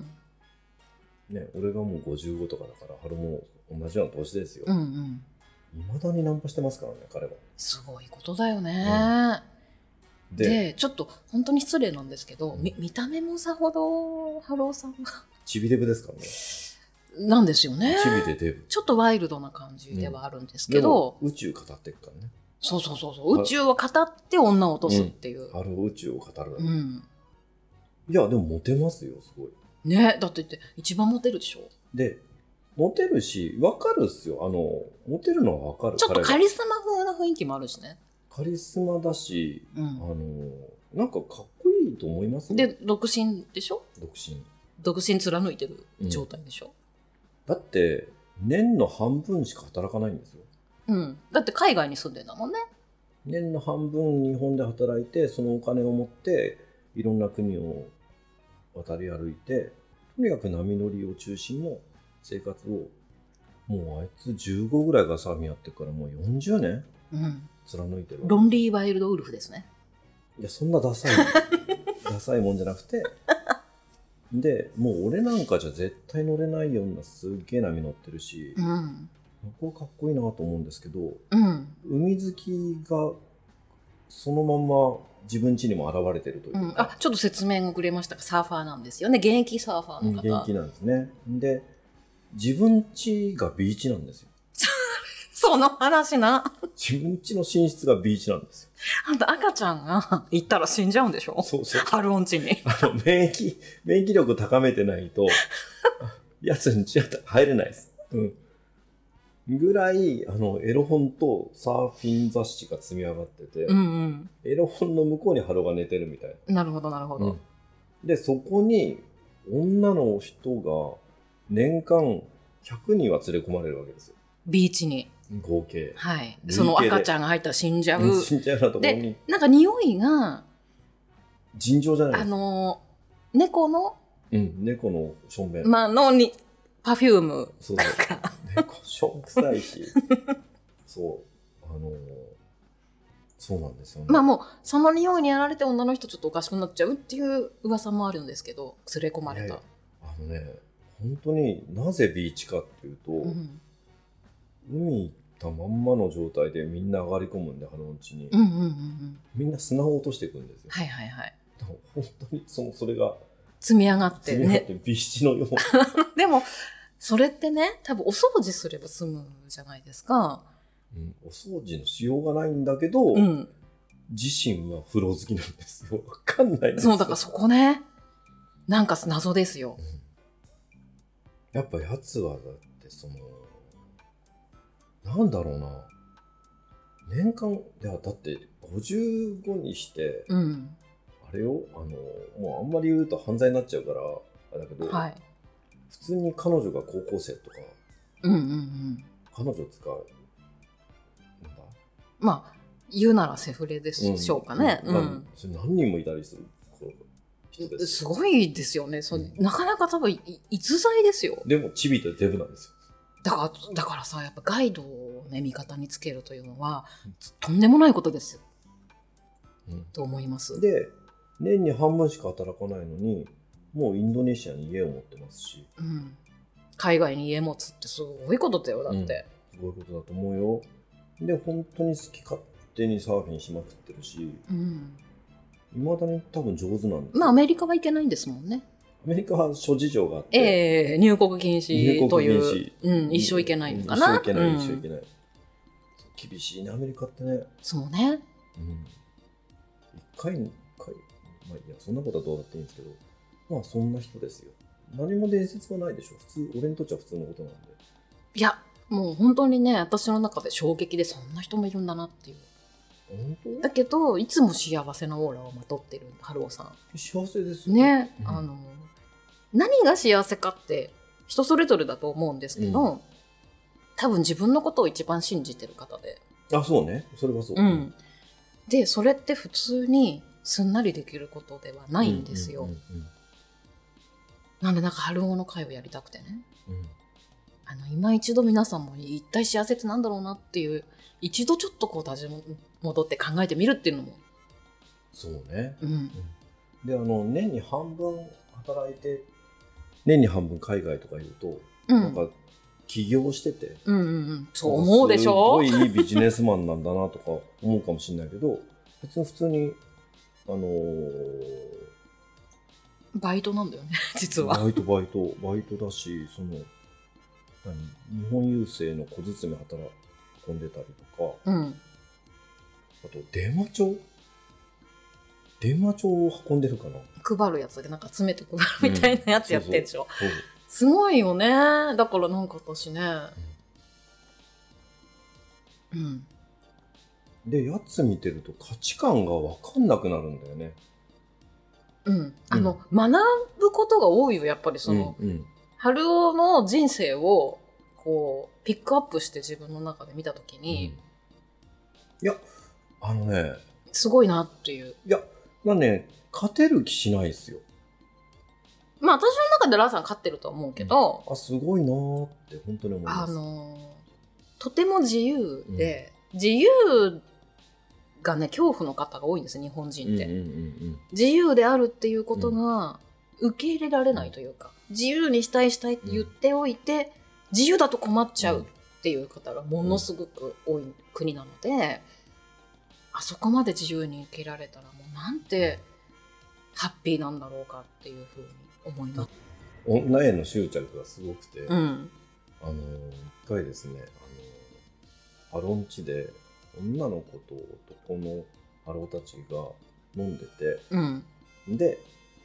S1: 俺がもう55とかだから春も同じような年ですよ。未だにナンパしてますからね、彼は。
S2: すごいことだよね。でちょっと本当に失礼なんですけど、見た目もさほど春男さんが
S1: チビデブですからね。
S2: なんですよね。
S1: チビでデブ。
S2: ちょっとワイルドな感じではあるんですけど、
S1: 宇宙語っていくからね。
S2: そう宇宙を語って女を落とすっていう。
S1: 春男宇宙を語る。いやでもモテますよ、すごい
S2: ね。だって一番モテるでしょ。
S1: でモテるし分かるっすよ。モテるのは分かる。
S2: ちょっとカリスマ風な雰囲気もあるしね。カ
S1: リスマだし、なんかかっこいいと思いますね。
S2: で独身でしょ。独身貫いてる状態でしょ、
S1: だって年の半分しか働かないんですよ。
S2: だって海外に住んでんだもんね。
S1: 年の半分日本で働いて、そのお金を持っていろんな国を渡り歩いて、とにかく波乗りを中心の生活を、もうあいつ15ぐらいがサーフィンやってからもう40年貫いてる。
S2: ロンリーワイルドウルフですね。
S1: いやそんなダサいもんじゃなくて、でもう俺なんかじゃ絶対乗れないようなすっげえ波乗ってるし、僕はかっこいいなと思うんですけど、海好きがそのまま自分家にも現れてるというか、
S2: ちょっと説明が遅れましたが、サーファーなんですよね。現役サーファーの方。
S1: 現役なんですね。で自分家がビーチなんですよ。
S2: その話な。
S1: 自分家の寝室がビーチなんですよ。
S2: あんた赤ちゃんが行ったら死んじゃうんでしょ。
S1: そう
S2: 春音家に
S1: 免疫力高めてないとやつに入れないです、ぐらいエロ本とサーフィン雑誌が積み上がってて、エロ本の向こうに春が寝てるみたい
S2: な。なるほど、
S1: でそこに女の人が年間100人は連れ込まれるわけですよ、ビ
S2: ーチに。
S1: 合計。
S2: その赤ちゃんが入ったら死んじゃう。
S1: 死んじゃうようなところに。
S2: でなんか匂いが
S1: 尋常じゃないです。
S2: 猫の
S1: しょんべん。
S2: パフューム。
S1: 猫しょん臭いし。そうなんですよね。
S2: もうその匂いにやられて女の人ちょっとおかしくなっちゃうっていう噂もあるんですけど、連れ込まれた。
S1: 本当になぜビーチかっていうと、海行ったまんまの状態でみんな上がり込むんで、春のうちに、みんな砂を落としていくんですよ。だから本当にそれが
S2: 積み上がってね。
S1: 積み上がってビシのよう。
S2: でも、それってね、多分お掃除すれば済むじゃないですか。
S1: お掃除のしようがないんだけど、自身は風呂好きなんですよ。わかんないんですよ。
S2: そう、だからそこね、なんか謎ですよ。
S1: やっぱやつはだってなんだろうな。年間、いやだって55にして、あれよ、もうあんまり言うと犯罪になっちゃうから、あれだけど、
S2: はい、
S1: 普通に彼女が高校生とか、彼女つか、なんだ
S2: まあ、言うならセフレでしょうかね。
S1: それ何人もいたりする人です。
S2: すごいですよね。なかなか多分逸材ですよ。
S1: でもチビとデブなんですよ。
S2: だからさ、やっぱガイドをね、味方につけるというのは、とんでもないことですよ。と思います。
S1: で、年に半分しか働かないのに、もうインドネシアに家を持ってますし、
S2: 海外に家持つってすごいことだよ、だって。
S1: すごいことだと思うよ。で、本当に好き勝手にサーフィンしまくってるし、いまだに多分上手なんですよ。
S2: まあアメリカは行けないんですもんね。
S1: アメリカは諸事情があって、
S2: 入国禁止という、一生行けないのかな。
S1: 一生行けない。厳しいね、アメリカってね。
S2: そうね。
S1: 一回、まあいや、そんなことはどうだっていいんですけど、まあそんな人ですよ。何も伝説はないでしょ。俺にとっちゃ普通のことなんで。
S2: いや、もう本当にね、私の中で衝撃で、そんな人もいるんだなっていう。
S1: 本当？
S2: だけど、いつも幸せなオーラをまとってる春尾さん。
S1: 幸せですよ
S2: ね。何が幸せかって人それぞれだと思うんですけど、多分自分のことを一番信じてる方で。
S1: あ、そうね。それはそう。
S2: で、それって普通にすんなりできることではないんですよ。なんでなんか春尾の会をやりたくてね。今一度皆さんも一体幸せってなんだろうなっていう、一度ちょっとこう立ち戻って考えてみるっていうのも。
S1: そうね。で、年に半分働いて、年に半分海外とか言うと、なんか起業してて、
S2: そう思うでしょ。
S1: すごいいいビジネスマンなんだなとか思うかもしれないけど、普通に
S2: バイトなんだよね実は。
S1: バイトだし、日本郵政の小包働き込んでたりとか、あと電話帳を運んでるかな。
S2: 配るやつでなんか詰めて配るみたいなやつやってるでしょ。すごいよね。だからなんか私ね、
S1: で、やつ見てると価値観が分かんなくなるんだよね。
S2: 学ぶことが多いよ、やっぱり春尾の人生をこうピックアップして自分の中で見たときに、
S1: いや、
S2: すごいなっていう。
S1: いや、勝てる気しないですよ。
S2: まあ私の中でラーさん勝ってるとは思うけど、
S1: すごいなーって本当に思います。
S2: とても自由で、自由がね、恐怖の方が多いんです、日本人って。自由であるっていうことが受け入れられないというか、自由にしたいって言っておいて、自由だと困っちゃうっていう方がものすごく多い国なので、あそこまで自由に生きられたらもうなんてハッピーなんだろうかっていうふうに思います。
S1: 女への執着がすごくて、一回ですね、ハロンチで女の子と男のハローたちが飲んでて、で、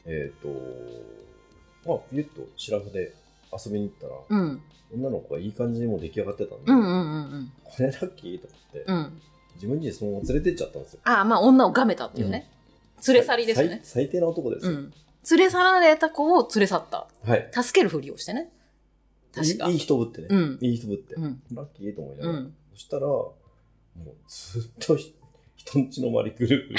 S1: まあピュッとシラフで遊びに行ったら、女の子がいい感じにもう出来上がってたんで、これラッキーと思って、自分自身そのまま連れてっちゃったんですよ。
S2: まあ女をがめたっていうね。連れ去りですね。
S1: 最低な男ですよ。
S2: 連れ去られた子を連れ去った。
S1: はい。
S2: 助けるふりをしてね。確か。
S1: いい人ぶってね。いい人ぶって。ラッキーと思いながら。そしたら、もうずっと人んちの周りぐるぐる。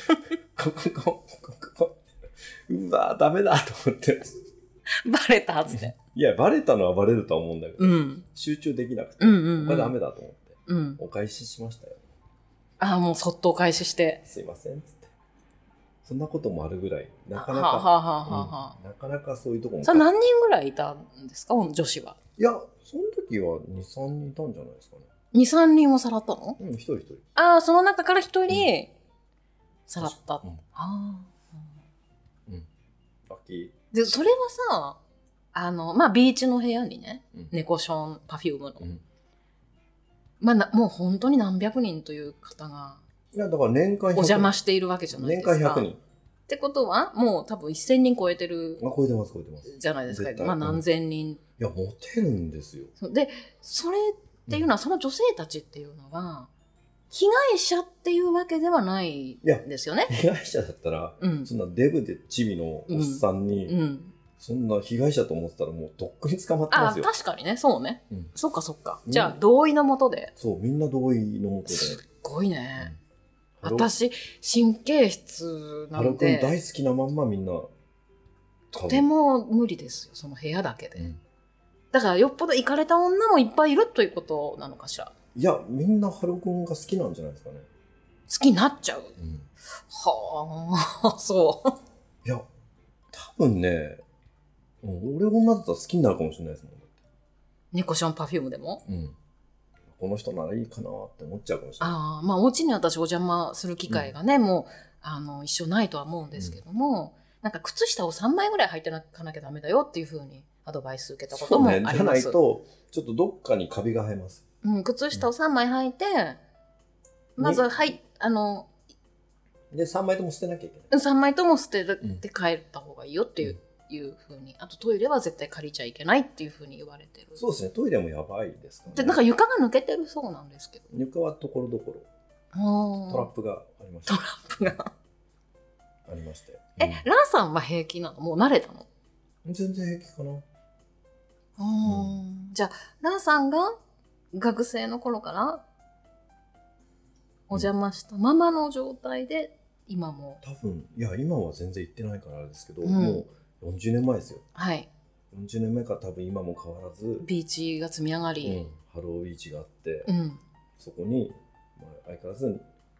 S1: うわーダメだと思って。
S2: バレたっつって。
S1: いや、バレたのはバレるとは思うんだけど、集中できなくて、これダメだと思って、お返ししましたよ。
S2: もうそっとお返しして。
S1: すいません、つって。そんなこともあるぐらい、なかなかそういうとこも。
S2: 何人ぐらいいたんですか、女子は。
S1: いや、その時は2、3人いたんじゃないですかね。
S2: 2、3人もさらったの？
S1: 一人。
S2: その中から1人、さらった。
S1: ラッキー。
S2: で、それはさ、まあ、ビーチの部屋にね、
S1: うん
S2: 猫ション、パフュームの。
S1: うん。
S2: まあ、もう本当に何百人という方が
S1: いや、だから年間100人。
S2: お邪魔しているわけじゃないですか。
S1: 年間100人。
S2: ってことは、もう多分1000人超えてる
S1: 超えてます、超えてます。
S2: じゃないですか。
S1: 絶対
S2: まあ何千人。
S1: いや、モテるんですよ。
S2: で、それっていうのは、その女性たちっていうのは、被害者っていうわけではないんですよね。
S1: 被害者だったら、そんなデブでチビのおっさんに、そんな被害者と思ってたらもうとっくに捕まってますよ。
S2: 確かにね、そうね。そっかそっか。じゃあ、同意のもとで。
S1: そう、みんな同意のもとで。
S2: すっごいね。私、神経質なんで。
S1: ハロ君大好きなまんまみんな。
S2: とても無理ですよ、その部屋だけで。だから、よっぽどイカれた女もいっぱいいるということなのかしら。
S1: いや、みんなハロ君が好きなんじゃないですかね。
S2: 好きになっちゃう。はあ、そう。
S1: いや、多分ね、俺女だったら好きになるかもしれないですもん。
S2: 猫ションパフュームでも、
S1: この人ならいいかなって思っちゃうかもしれない。
S2: まあ、お家に私お邪魔する機会がね、もう、一生ないとは思うんですけども、なんか靴下を3枚ぐらい履いていかなきゃダメだよっていうふうにアドバイス受けたこともあります。
S1: じゃないと、ちょっとどっかにカビが生えます。
S2: 靴下を3枚履いて、まず、
S1: で、3枚とも捨てなきゃいけない。
S2: 3枚とも捨てて帰った方がいいよっていうふうに。あとトイレは絶対借りちゃいけないっていうふうに言われてる。
S1: そうですね、トイレもやばいですからね。
S2: で、なんか床が抜けてるそうなんですけど。
S1: 床はところどころ。トラップがありました。
S2: トラップが。
S1: ありまして。
S2: ランさんは平気なの？もう慣れたの？
S1: 全然平気かな。
S2: じゃあ、ランさんが学生の頃からお邪魔したままの状態で今も。
S1: 多分、いや、今は全然行ってないからあれですけど、もう40年前ですよ。
S2: はい。
S1: 40年前から多分今も変わらず。
S2: ビーチが積み上がり。
S1: ハロービーチがあって、そこに、相変わらず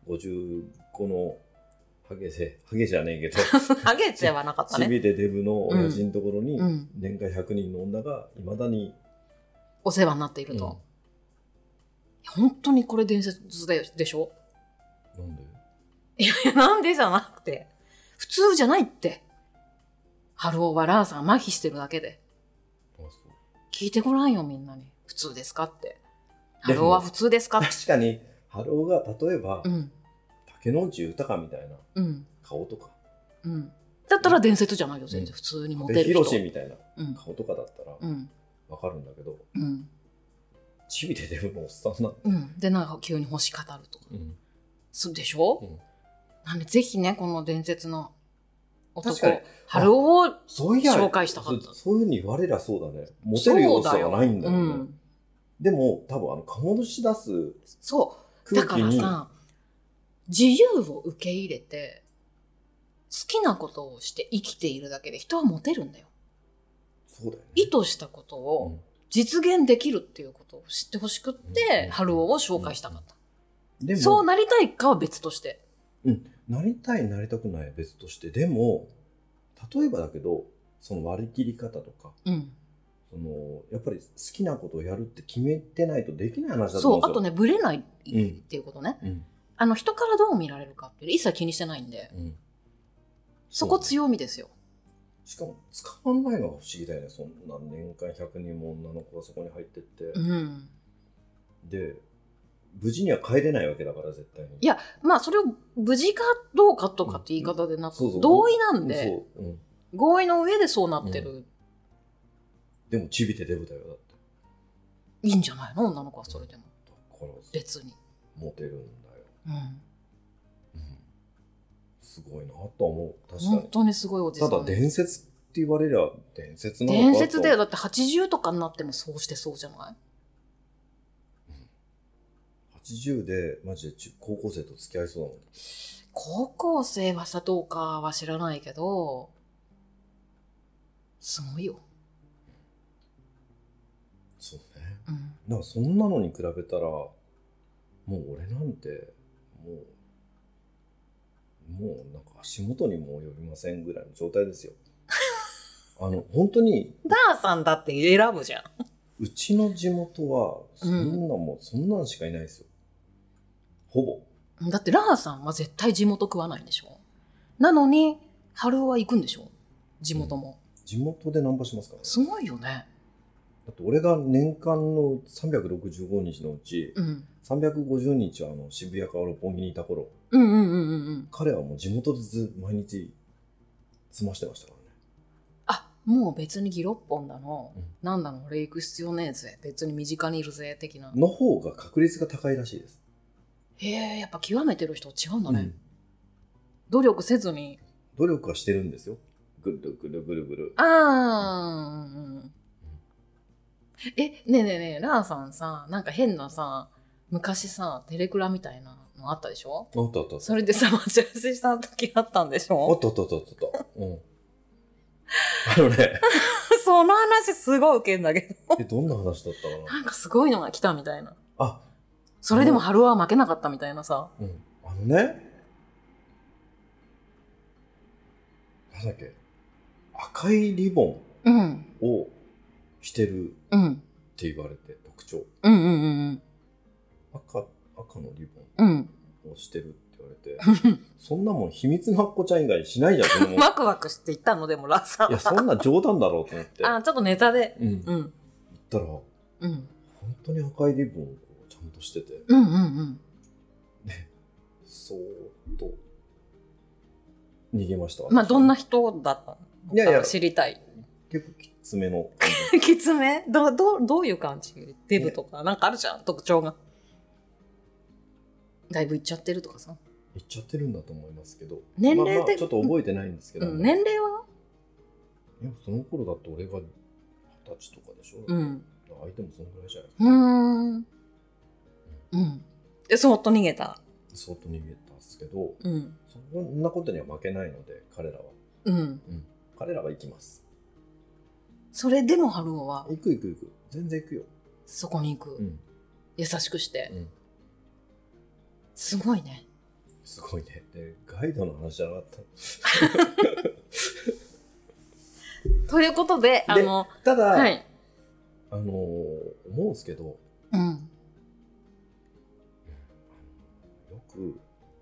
S1: 55のハゲじゃねえけど
S2: ハゲじゃはなかったね。
S1: チビでデブの親父のところに年間100人の女がいまだに
S2: お世話になっていると、本当にこれ伝説でしょ？
S1: なんで？
S2: いやなんでじゃなくて、普通じゃないって。ハローはラーさん麻痺してるだけで。聞いてごらんよみんなに。普通ですかって。ハローは普通ですか？
S1: 確かにハローが例えば、竹野内豊みたいな顔とか、
S2: だったら伝説じゃないよ全然、普通にモテる人。
S1: ヒロシみたいな顔とかだったらわかるんだけど、チビでデブのおっさんなん
S2: でなんか急に星語るとか、そうでしょ、なんでぜひねこの伝説の男ハローを紹介したかった。
S1: そういうふうに言われりゃそうだね。モテる要素はないんだよね。でも多分醸し出す
S2: そうだからさ、自由を受け入れて好きなことをして生きているだけで人はモテるんだよ。
S1: そうだよね。
S2: 意図したことを実現できるっていうことを知ってほしくって、ハローを紹介したかった。でもそうなりたいかは別として。
S1: なりたいなりたくない別として、でも例えばだけどその割り切り方とか、やっぱり好きなことをやるって決めてないとできない話だと思うんですよ。
S2: そう、あとねブレないっていうことね、人からどう見られるかって一切気にしてないんで、そこ強みですよ。
S1: しかも捕まんないのが不思議だよね。そんな年間100人も女の子がそこに入ってって、で無事には帰れないわけだから絶対に。い
S2: やまあそれを無事かどうかとかって言い方でなく、同意なんで、合意の上でそうなってる。
S1: でもチビでデブだよだって。
S2: いいんじゃないの女の子はそれでも。
S1: だから
S2: 別に
S1: モテるんだよ。すごいなと思う。確かに
S2: 本当にすごいおじさん。
S1: ただ伝説って言われりゃ伝説なのか。
S2: 伝説だよ。だって80とかになってもそうしてそうじゃない？
S1: 80でマジで高校生と付き合いそうだもん。
S2: 高校生はさどうかは知らないけどすごいよ。
S1: そうね。だからそんなのに比べたらもう俺なんてもうなんか足元にも及びませんぐらいの状態ですよ。本当に
S2: ダーさんだって選ぶじゃん。
S1: うちの地元はそんなんしかいないですよ。ほぼ。
S2: だってラーさんは絶対地元食わないんでしょ。なのに春尾は行くんでしょ。地元も。
S1: 地地元でナンパしますからね。
S2: すごいよね。
S1: だって俺が年間の365日のうち、350日は渋谷か六本木にいた頃、彼はもう地元で毎日済ましてましたからね。
S2: あ、もう別にギロッポンだの、なんだの、俺行く必要ねえぜ、別に身近にいるぜ的な
S1: の方が確率が高いらしいです。
S2: へえ、やっぱ極めてる人は違うんだね、努力せずに。
S1: 努力はしてるんですよ。ぐるぐるぐるぐる。
S2: ねえねえねえ、ラーさんさ、なんか変なさ、昔さ、テレクラみたいなのあったでしょ？
S1: あったあった。
S2: それでさ、待ち合わせした時あったんでしょ？
S1: あった。
S2: その話すごいウケんだけど。
S1: どんな話だったかな？
S2: なんかすごいのが来たみたいな。
S1: あ、
S2: それでも春は負けなかったみたいなさ。
S1: なんだっけ、赤いリボンをしてるって言われて、特徴。赤のリボンをしてるって言われて、そんなもん秘密のアッコちゃん以外しないじゃん。
S2: ワクワクして言ったのでもラッサンは。
S1: いや、そんな冗談だろうと思って。
S2: ちょっとネタで。
S1: 言ったら、本当に赤いリボンをちゃんとしてて。で、そーっと逃げました。
S2: まあ、どんな人だったの？
S1: いや
S2: 知りたい。
S1: 結構きつめの。
S2: きつめ？どういう感じ？デブとかなんかあるじゃん、特徴が。だいぶいっちゃってるとかさ。
S1: いっちゃってるんだと思いますけど。
S2: 年齢で、
S1: ちょっと覚えてないんですけど。
S2: 年齢は？
S1: いや、その頃だって俺が20歳とかでしょ。相手もそのぐらいじゃない。
S2: で、そっと逃げた。
S1: そっと逃げたんですけど、そんなことには負けないので、彼らは。彼らは行きます。
S2: それでも春男は？
S1: 行く。全然行くよ。
S2: そこに行く。優しくして。すごいね。
S1: すごいね。で、ガイドの話じゃなかった。
S2: ということで、
S1: ただ、思うんですけど、よく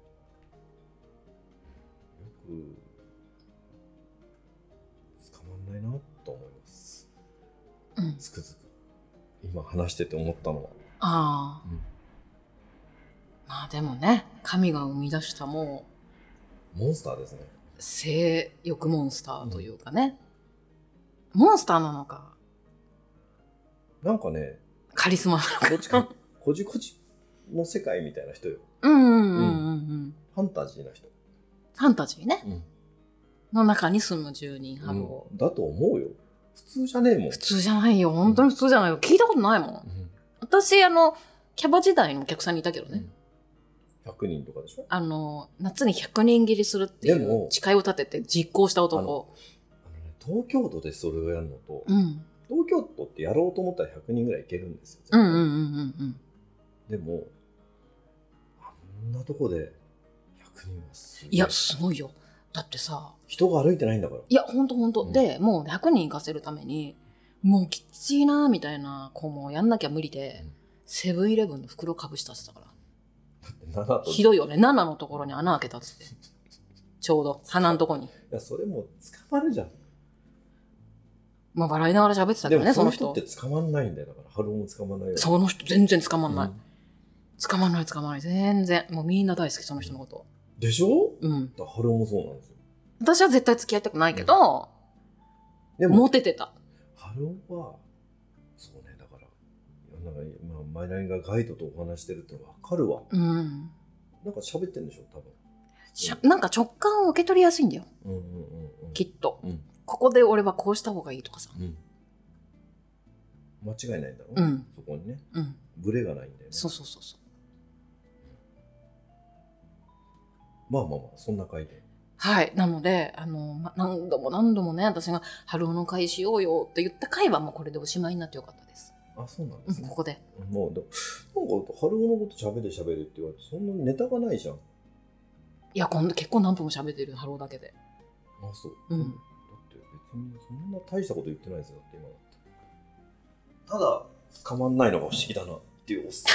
S1: 捕まんないなと思います。つくづく。今話してて思ったのは。ま
S2: あでもね、神が生み出したも
S1: うモンスターですね。
S2: 性欲モンスターというかね、モンスターなのか、
S1: なんかね、
S2: カリスマなのか、
S1: どっちかこじこじの世界みたいな人よ。ファンタジーな人。
S2: ファンタジーね、の中に住む住人春男、
S1: だと思うよ。普通じゃねえもん。
S2: 普通じゃないよ、本当に普通じゃないよ。聞いたことないもん。私キャバ時代のお客さんにいたけどね。
S1: 100人とかでしょ。
S2: 夏に100人切りするっていう誓いを立てて実行した男。
S1: 東京都でそれをやるのと、東京都ってやろうと思ったら100人ぐらいいけるんですよ。でも、あんなとこで100人はすごい。
S2: いや、すごいよ。だってさ、
S1: 人が歩いてないんだから。
S2: いや、ほんと。で、もう100人行かせるために、もうきついなみたいな子もやんなきゃ無理で、セブンイレブンの袋かぶしたってたから。ひどいよね。7のところに穴開けたっつって。ちょうど鼻のとこに。い
S1: や、それも捕まるじゃん。
S2: まあ笑いながら喋ってたけどね、その人。
S1: って捕まんないんだよ。だから春男も捕まんないよ。
S2: その人全然捕まんない。捕まんない。全然。もうみんな大好き、その人のこと。
S1: でしょ？だ春男もそうなんですよ。
S2: 私は絶対付き合いたくないけど、でもモテてた。
S1: 春男は、そうね、だから、マイナリがガイドとお話してるっての分かるわ。なんか喋ってんでしょ、多分。
S2: なんか直感を受け取りやすいんだよ。きっと。ここで俺はこうした方がいいとかさ。
S1: 間違いないんだろう、そこにね。ブレがないんだよね。
S2: そう。
S1: まあ、そんな回で。
S2: はい。なので、何度もね、私が春男の会しようよって言った回はもうこれでおしまいになってよかったです。
S1: あ、そうなんですね。
S2: ここで。
S1: もう、なんか、春男のこと喋れって言われて、そんなにネタがないじゃん。
S2: いや、今度結構何分も喋ってる、春男だけで。
S1: あ、そう。だって別にそんな大したこと言ってないですよ、だって今だって。ただ、捕まんないのが不思議だなっていうおっさ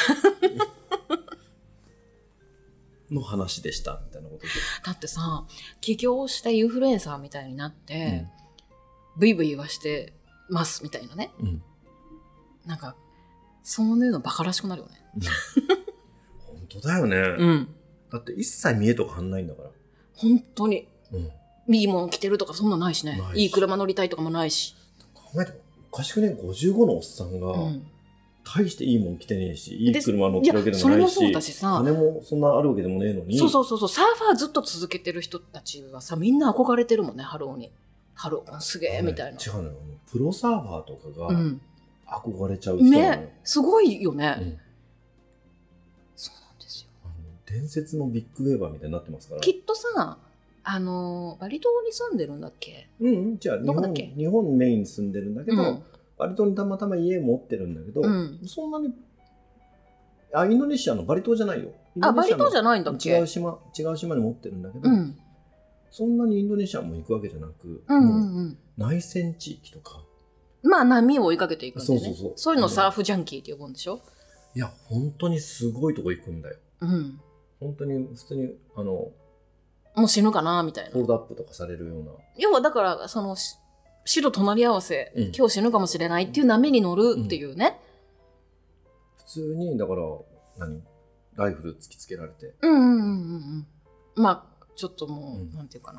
S1: んの話でしたみたいなことで。
S2: だってさ、起業してインフルエンサーみたいになって、 ブイブイ言わしてますみたいなね。なんか、そういうのバカらしくなるよね。
S1: 本当だよね。だって一切見栄とか反んないんだから。
S2: 本当に。いいもん着てるとかそんなないしね。いい車乗りたいとかもないし。
S1: 考えてもおかしくね、55のおっさんが、大していいもん着てねえし、いい車乗ってるわけでもないし、
S2: それもそうだしさ、
S1: 金もそんなあるわけでもねえのに。
S2: そう、サーファーずっと続けてる人たちはさ、みんな憧れてるもんね、ハローに。ハローすげえみたいな。
S1: 違うのよ。プロサーファーとかが憧れちゃう人なのよ。
S2: ね、すごいよね。そうなんですよ。
S1: 伝説のビッグウェーバーみたいになってますから。
S2: きっとさ、バリ島に住んでるんだっけ？
S1: じゃあ日本メインに住んでるんだけど、バリ島にたまたま家持ってるんだけど、そんなに、インドネシアのバリ島じゃないよ。
S2: バリ島じゃないんだっけ？
S1: 違う島に持ってるんだけど、そんなにインドネシアも行くわけじゃなく、内戦地域とか。
S2: まあ波を追いかけていくんでね。
S1: そう
S2: いうのをサーフジャンキーって呼ぶんでしょ？
S1: いや、本当にすごいとこ行くんだよ。本当に普通に、
S2: もう死ぬかなみたいな。
S1: ホールドアップとかされるような。
S2: 要はだから、死と隣り合わせ、今日死ぬかもしれないっていう波に乗るっていうね。
S1: 普通に、だから、ライフル突きつけられて。
S2: まあ、ちょっともう、なんていうかな。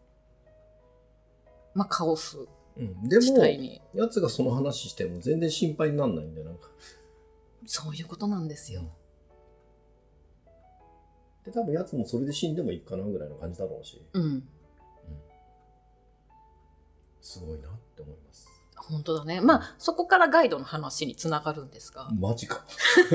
S2: まあ、カオス。
S1: でも、やつがその話しても全然心配にならないんだよ、なんか。
S2: そういうことなんですよ。
S1: で、多分やつもそれで死んでもいいかなぐらいの感じだろうし。すごいなって思います。
S2: 本当だね。まあ、そこからガイドの話につながるんですが。
S1: マジか。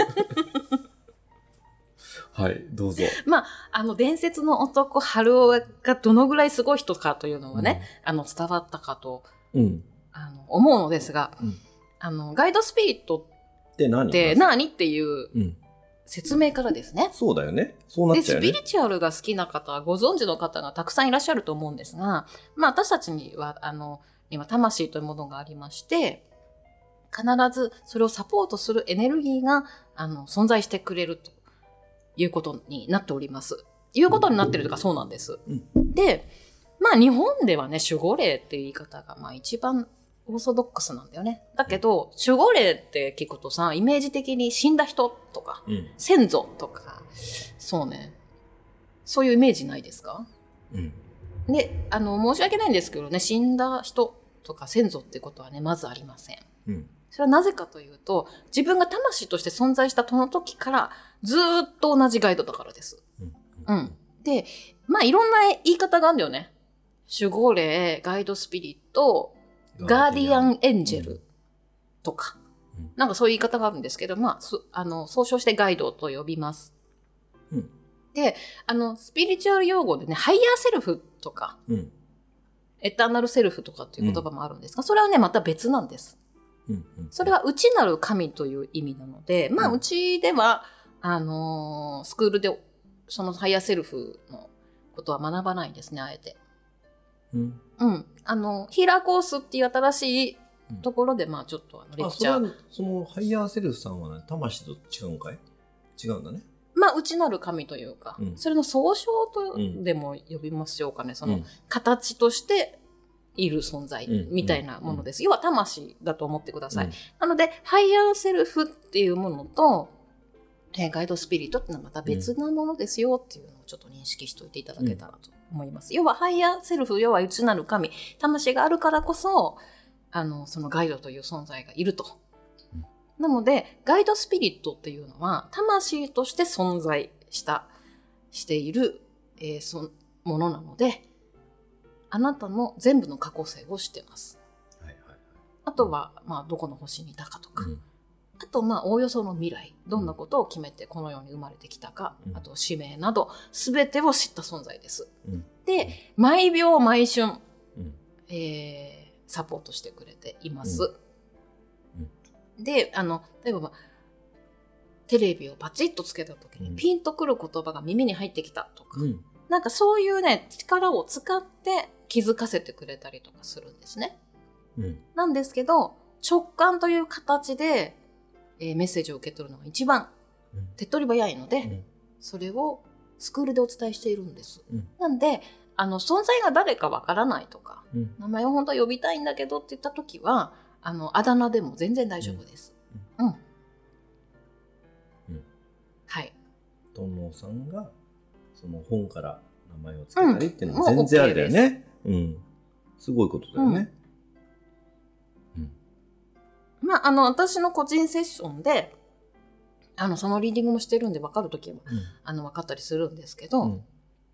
S1: はい、どうぞ。
S2: まあ、伝説の男、春尾がどのぐらいすごい人かというのはね、伝わったかと、思うのですが、ガイドスピリットって何っていう、説明からですね。
S1: そうだよね。そうなっちゃうよね。
S2: で、スピリチュアルが好きな方、ご存知の方がたくさんいらっしゃると思うんですが、まあ私たちには、今、魂というものがありまして、必ずそれをサポートするエネルギーが、存在してくれるということになっております。いうことになってるとかそうなんです。で、まあ日本ではね、守護霊っていう言い方が、まあ一番オーソドックスなんだよね。だけど、守護霊って聞くとさ、イメージ的に死んだ人とか、先祖とか、そうね。そういうイメージないですか？で、申し訳ないんですけどね、死んだ人とか先祖ってことはね、まずありません。それはなぜかというと、自分が魂として存在したその時からずーっと同じガイドだからです。で、まあいろんな言い方があるんだよね。守護霊、ガイドスピリット、ガーディアンエンジェルとか、なんかそういう言い方があるんですけど、まあ、総称してガイドと呼びます。で、スピリチュアル用語でね、ハイヤーセルフとか、エターナルセルフとかっていう言葉もあるんですが、それはね、また別なんです。それは内なる神という意味なので、まあ、うちでは、スクールで、そのハイヤーセルフのことは学ばないんですね、あえて。ヒーラーコースっていう新しいところで、まあちょっとレクチャー。
S1: そのハイヤーセルフさんは、ね、魂と違うんかい？違うんだね。
S2: まあ内なる神というか、それの総称とでも呼びましょうかね。その形としている存在みたいなものです。要は魂だと思ってください。なので、ハイヤーセルフっていうものと、ガイドスピリットっていうのはまた別なものですよっていうのをちょっと認識しておいていただけたらと思います。要はハイヤーセルフ、要は内なる神、魂があるからこそ、そのガイドという存在がいると。なので、ガイドスピリットっていうのは、魂として存在している、ものなので、あなたの全部の過去性を知ってます。あとは、まあ、どこの星にいたかとか。あと、まあ、おおよその未来、どんなことを決めてこの世に生まれてきたか、あと使命など、すべてを知った存在です。で、毎秒毎春、サポートしてくれています。で、例えば、テレビをパチッとつけた時にピンとくる言葉が耳に入ってきたとか、なんかそういうね、力を使って気づかせてくれたりとかするんですね。なんですけど、直感という形で、メッセージを受け取るのが一番手っ取り早いので、それをスクールでお伝えしているんです。なんで、 存在が誰かわからないとか、
S1: うん、
S2: 名前を本当は呼びたいんだけどって言った時は、あだ名でも全然大丈夫です。うん。うん。
S1: うん、
S2: はい。
S1: トンノーさんが、その本から名前をつけたりっていうのも全然ありだよね。うん。すごいことだよね。
S2: まあ、私の個人セッションで、そのリーディングもしてるんで分かるときは、分かったりするんですけど、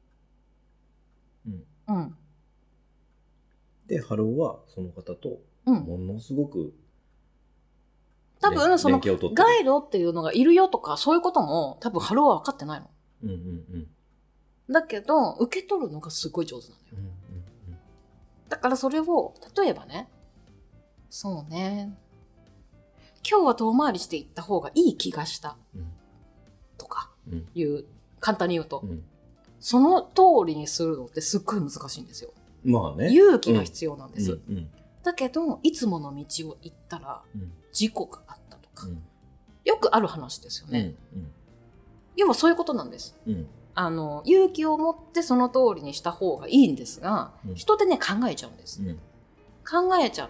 S2: うん。
S1: で、ハローはその方と、ものすごく、
S2: 多分、その、ガイドっていうのがいるよとか、そういうことも、多分、ハローは分かってないの。だけど、受け取るのがすごい上手なのよ。だからそれを、例えばね、そうね、今日は遠回りしていった方がいい気がした。とか、簡単に言うと、その通りにするのってすっごい難しいんですよ。
S1: まあね。
S2: 勇気が必要なんです。だけど、いつもの道を行ったら、事故があったとか、よくある話ですよね。要はそういうことなんです。勇気を持ってその通りにした方がいいんですが、人ってね、考えちゃうんです。考えちゃって、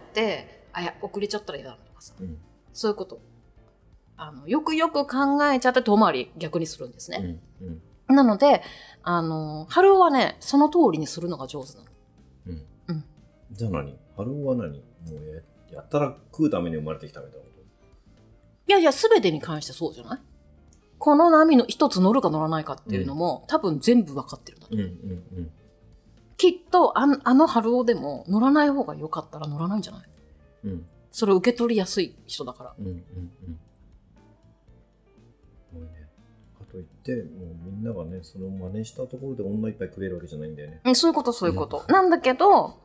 S2: 遅れちゃったら嫌だとかさ。そういうこと。よくよく考えちゃって遠回り逆にするんですね。なので、春尾はね、その通りにするのが上手なの。
S1: じゃあ何？春尾は何？もうやったら食うために生まれてきたみたいなこと？
S2: いや、すべてに関してそうじゃない？この波の一つ乗るか乗らないかっていうのも、多分全部分かってるんだと思う。きっと、春尾でも乗らない方が良かったら乗らないんじゃない？それを受け取りやすい人だから。
S1: もうね、かといって、もうみんながね、その真似したところで女いっぱい食えるわけじゃないんだよね。
S2: そういうこと、そういうこと。なんだけど、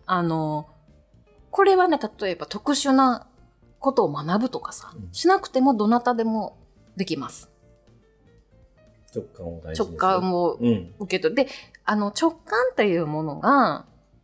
S2: これはね、例えば特殊なことを学ぶとかさ、しなくてもどなたでもできます。
S1: 直感を大事にする。
S2: 直感を受け取る。で、直感っていうものが、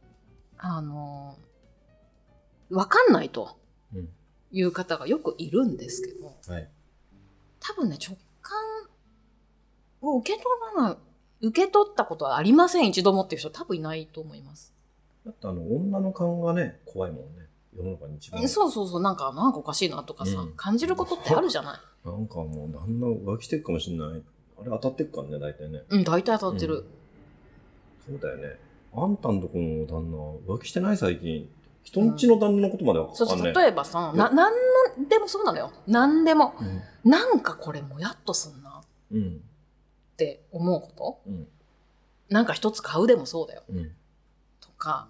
S2: わかんないという方がよくいるんですけど、多分ね、直感を受け取ったことはありません、一度もっていう人多分いないと思います。
S1: だって女の勘がね、怖いもんね。世の中に一番。
S2: そう、なんかおかしいなとかさ、感じることってあるじゃない。
S1: なんかもう旦那浮気してるかもしれない。あれ当たってるからね、大体ね。
S2: 大体当たってる。
S1: そうだよね。あんたんとこの旦那浮気してない最近。人んちの旦那のことまで分かんない。
S2: 例えばさ、なんでもそうなのよ。なんでも。なんかこれもやっとすんな。って思うこと、なんか一つ買うでもそうだよ。とか、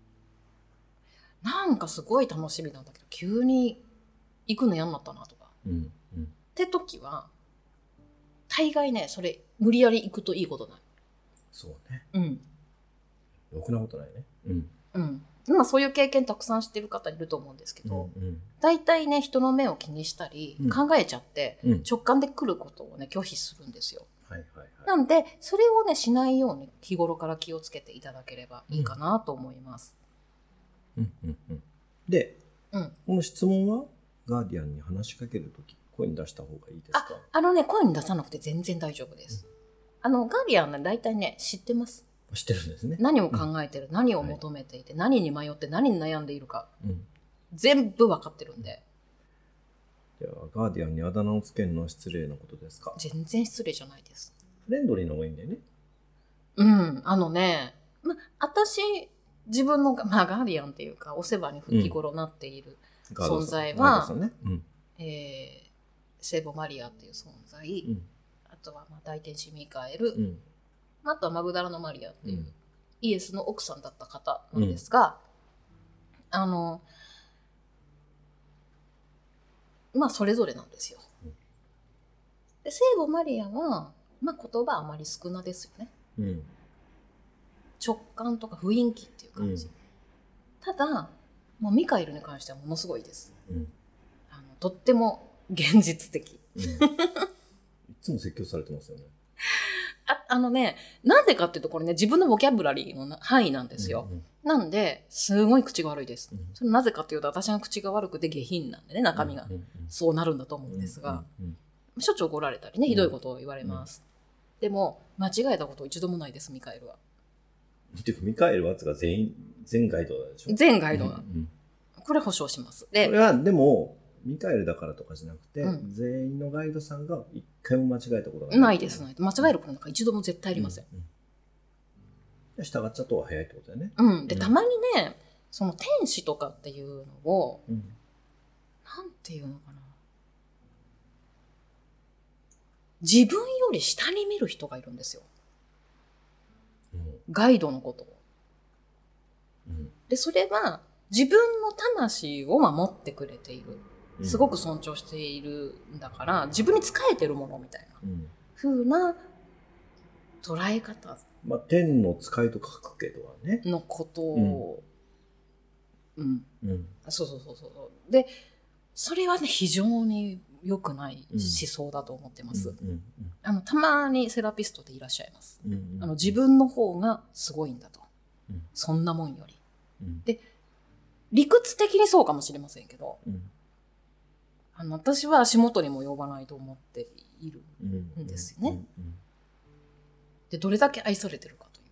S2: なんかすごい楽しみなんだけど、急に行くの嫌になったなとか。って時は、大概ね、それ無理やり行くといいことない。
S1: そうね。ろくなことないね。
S2: 今そういう経験たくさんしてる方いると思うんですけど、大体ね、人の目を気にしたり、考えちゃって、直感で来ることをね、拒否するんですよ。なんで、それをね、しないように日頃から気をつけていただければいいかなと思います。
S1: で、この質問はガーディアンに話しかけるとき、声に出した方がいいですか？
S2: 声に出さなくて全然大丈夫です。ガーディアンは大体ね、知ってます。
S1: 知ってるんですね。
S2: 何を考えてる、何を求めていて、何に迷って何に悩んでいるか、全部分かってるんで。
S1: では、ガーディアンにあだ名をつけるのは失礼なことですか？
S2: 全然失礼じゃないです。
S1: フレンドリーな方がいいんだよね。
S2: 私、自分の、ガーディアンっていうか、お世話に日頃なっている存在は、聖母マリアっていう存在、あとは大天使ミカエル、あとはマグダラのマリアっていう、イエスの奥さんだった方なんですが、それぞれなんですよ。で、聖母マリアは、言葉あまり少なですよね。直感とか雰囲気っていう感じ。ただ、ミカエルに関してはものすごいです。とっても現実的。
S1: いつも説教されてますよね。
S2: なんでかっていうと、これね、自分のボキャブラリーの範囲なんですよ。なんで、すごい口が悪いです。それなぜかっていうと、私が口が悪くて下品なんでね、中身が。そうなるんだと思うんですが、しょっちゅう怒られたりね、ひどいことを言われます。でも、間違えたこと一度もないです、ミカエルは。
S1: っていうかミカエル・ワッツが全ガイドでしょ。
S2: 全ガイドなの、これ保証します。で
S1: これはでもミカエルだからとかじゃなくて、全員のガイドさんが一回も間違えたことが
S2: ないです。間違えることなんか一度も絶対ありません。
S1: 従っちゃった方が早いってことだよね。
S2: でたまにね、その天使とかっていうのを、なんていうのかな、自分より下に見る人がいるんですよ、ガイドのことを。でそれは自分の魂を守ってくれている、すごく尊重しているんだから、自分に仕えてるものみたいな風な捉え方、
S1: まあ天の使いと書くけどはね
S2: のことを、そうでそれはね非常に良くない思想だと思ってます。たまにセラピストでいらっしゃいます。自分の方がすごいんだと、そんなもんより、で理屈的にそうかもしれませんけど、私は足元にも及ばないと思っているんですよね。でどれだけ愛されてるかという、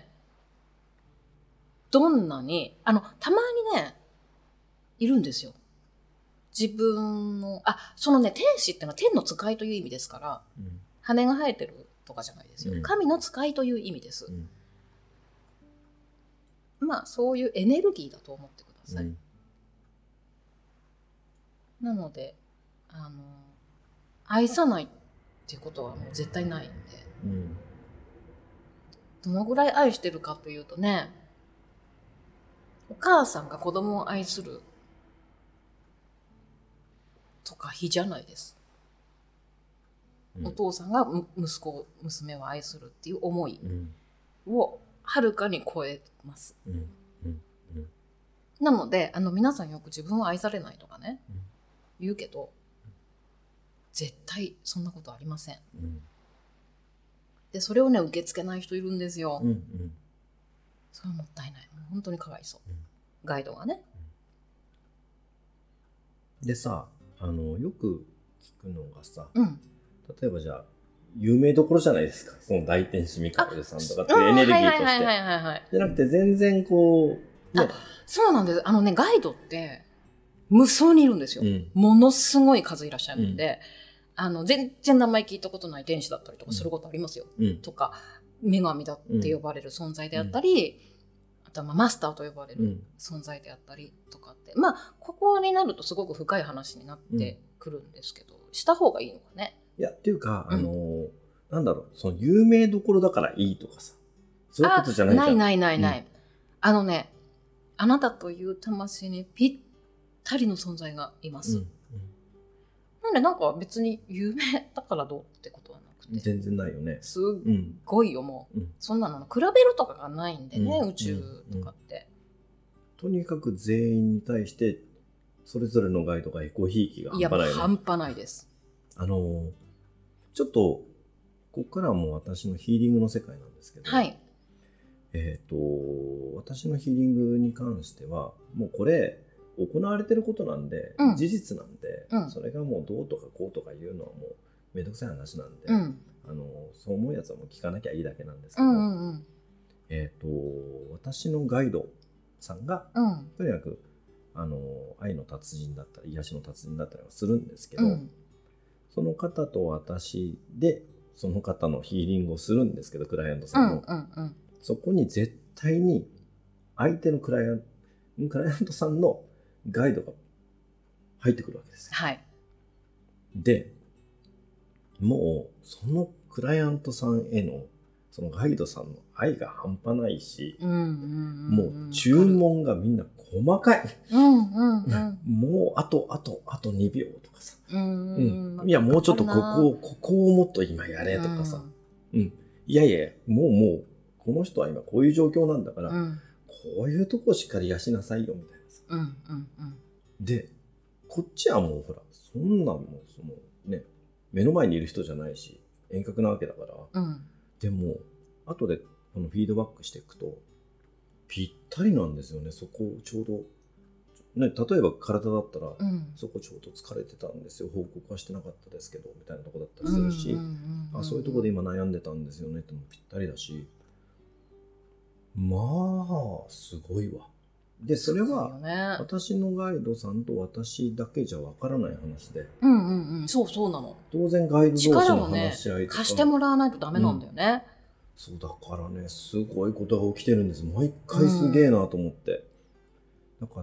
S2: どんなにたまにねいるんですよ、自分のそのね、天使ってのは天の使いという意味ですから、羽が生えてるとかじゃないですよ、神の使いという意味です、まあそういうエネルギーだと思ってください、なので愛さないっていうことはもう絶対ないんで、どのぐらい愛してるかというとね、お母さんが子供を愛するとか比じゃないです、お父さんが息子娘を愛するっていう思いをはるかに超えます、なので皆さんよく自分を愛されないとかね、言うけど絶対そんなことありません、でそれをね受け付けない人いるんですよ、それはもったいない、もう本当にかわいそう、ガイドがね、
S1: でさ、よく聞くのがさ、例えばじゃあ有名どころじゃないですか、その大天使ミカエルさんとかっていうエネルギーとしてじゃなくて、全然こう、ね、
S2: そうなんです。ガイドって無数にいるんですよ、ものすごい数いらっしゃるので、全然名前聞いたことない天使だったりとかすることありますよ、とか女神だって呼ばれる存在であったり、あとはマスターと呼ばれる存在であったりとかって、まあここになるとすごく深い話になってくるんですけど、した方がいいのかね。
S1: いやっていうか、なんだろう、その有名どころだからいいとかさ、そういうことじゃないじゃん。ない、
S2: あなたという魂にぴったりの存在がいます、なんでなんか別に有名だからどうってことはなくて、
S1: 全然ないよね。
S2: すっごいよ、もう、そんなの比べるとかがないんでね、宇宙とかって、
S1: とにかく全員に対してそれぞれのガイドがエコひいきが半端ないよね。
S2: いや半端ないです。
S1: ちょっとここからはもう私のヒーリングの世界なんですけど、私のヒーリングに関してはもうこれ行われてることなんで、事実なんで、それがもうどうとかこうとか言うのはもうめんどくさい話なんで、そう思うやつはもう聞かなきゃいいだけなんですけど、私のガイドさんが、とにかく愛の達人だったり癒しの達人だったりはするんですけど、その方と私でその方のヒーリングをするんですけど、クライアントさんの、そこに絶対に相手のクライアントさんのガイドが入ってくるわけですよ。でもうそのクライアントさんへのそのガイドさんの愛が半端ないし、もう注文がみんな細かい、もうあと2秒とかさ、いやもうちょっとここをもっと今やれとかさ、いやもうこの人は今こういう状況なんだから、こういうとこをしっかり養しなさいよみたいなさ、でこっちはもうほらそんなんもそのね目の前にいる人じゃないし遠隔なわけだから、でも後でこのフィードバックしていくとぴったりなんですよね。そこちょうど、ね、例えば体だったら、そこちょうど疲れてたんですよ、報告はしてなかったですけどみたいなとこだったりするし、そういうとこで今悩んでたんですよねってもぴったりだし、 まあ、すごいわ。で、それは、
S2: ね、
S1: 私のガイドさんと私だけじゃわからない話で。
S2: うんうんうん、そうそうなの。
S1: 当然ガイド同士の話し合いとか、
S2: 貸してもらわないとダメなんだよね。
S1: そうだからね、すごいことが起きてるんです。毎回すげえなと思って。だから、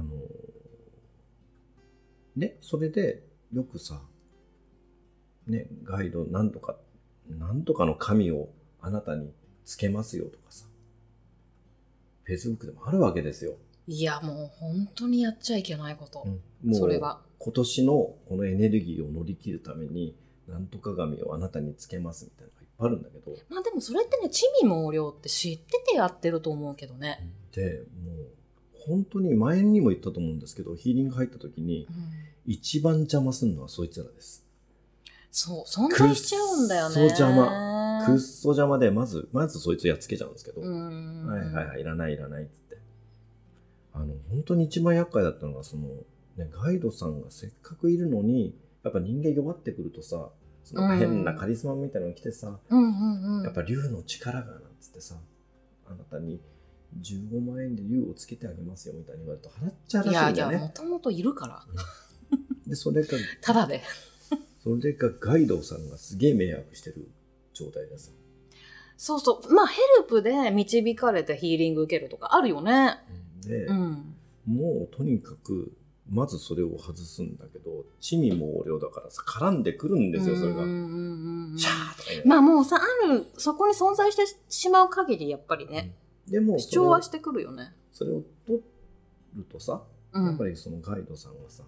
S1: ね、それで、よくさ、ね、ガイドなんとかの紙をあなたにつけますよとかさ、Facebook でもあるわけですよ。
S2: いや、もう本当にやっちゃいけないこと。
S1: もう
S2: それは。
S1: 今年のこのエネルギーを乗り切るために、なんとか紙をあなたにつけますみたいなのがいっぱいあるんだけど。
S2: まあでもそれってね、地味猛量って知っててやってると思うけどね。
S1: で、もう本当に前にも言ったと思うんですけど、ヒーリング入った時に、一番邪魔するのはそいつらです。
S2: そう、存在しちゃうんだよね。
S1: くっそ邪魔。くっそ邪魔で、まずそいつやっつけちゃうんですけど。はいはいはい、いらないっつって。本当に一番厄介だったのが、ね、ガイドさんがせっかくいるのに、やっぱ人間弱ってくるとさ、変なカリスマみたいなのが来てさ、やっぱ竜の力がなんつってさ、あなたに15万円で竜をつけてあげますよみたいに言われると払っちゃうらしいんだよね。
S2: いや、もともといるから。
S1: で、それが、
S2: ただで。
S1: それがガイドさんがすげえ迷惑してる状態でさ。
S2: そうそう。まあ、ヘルプで導かれてヒーリング受けるとかあるよね。
S1: で、もうとにかく、まずそれを外すんだけど、地味猛量だからさ、絡んでくるんですよ、それが。シャーとかね。
S2: まあもうさ、そこに存在してしまう限り、やっぱりね。でも、主張はしてくるよね。
S1: それを取るとさ、やっぱりそのガイドさんがさ、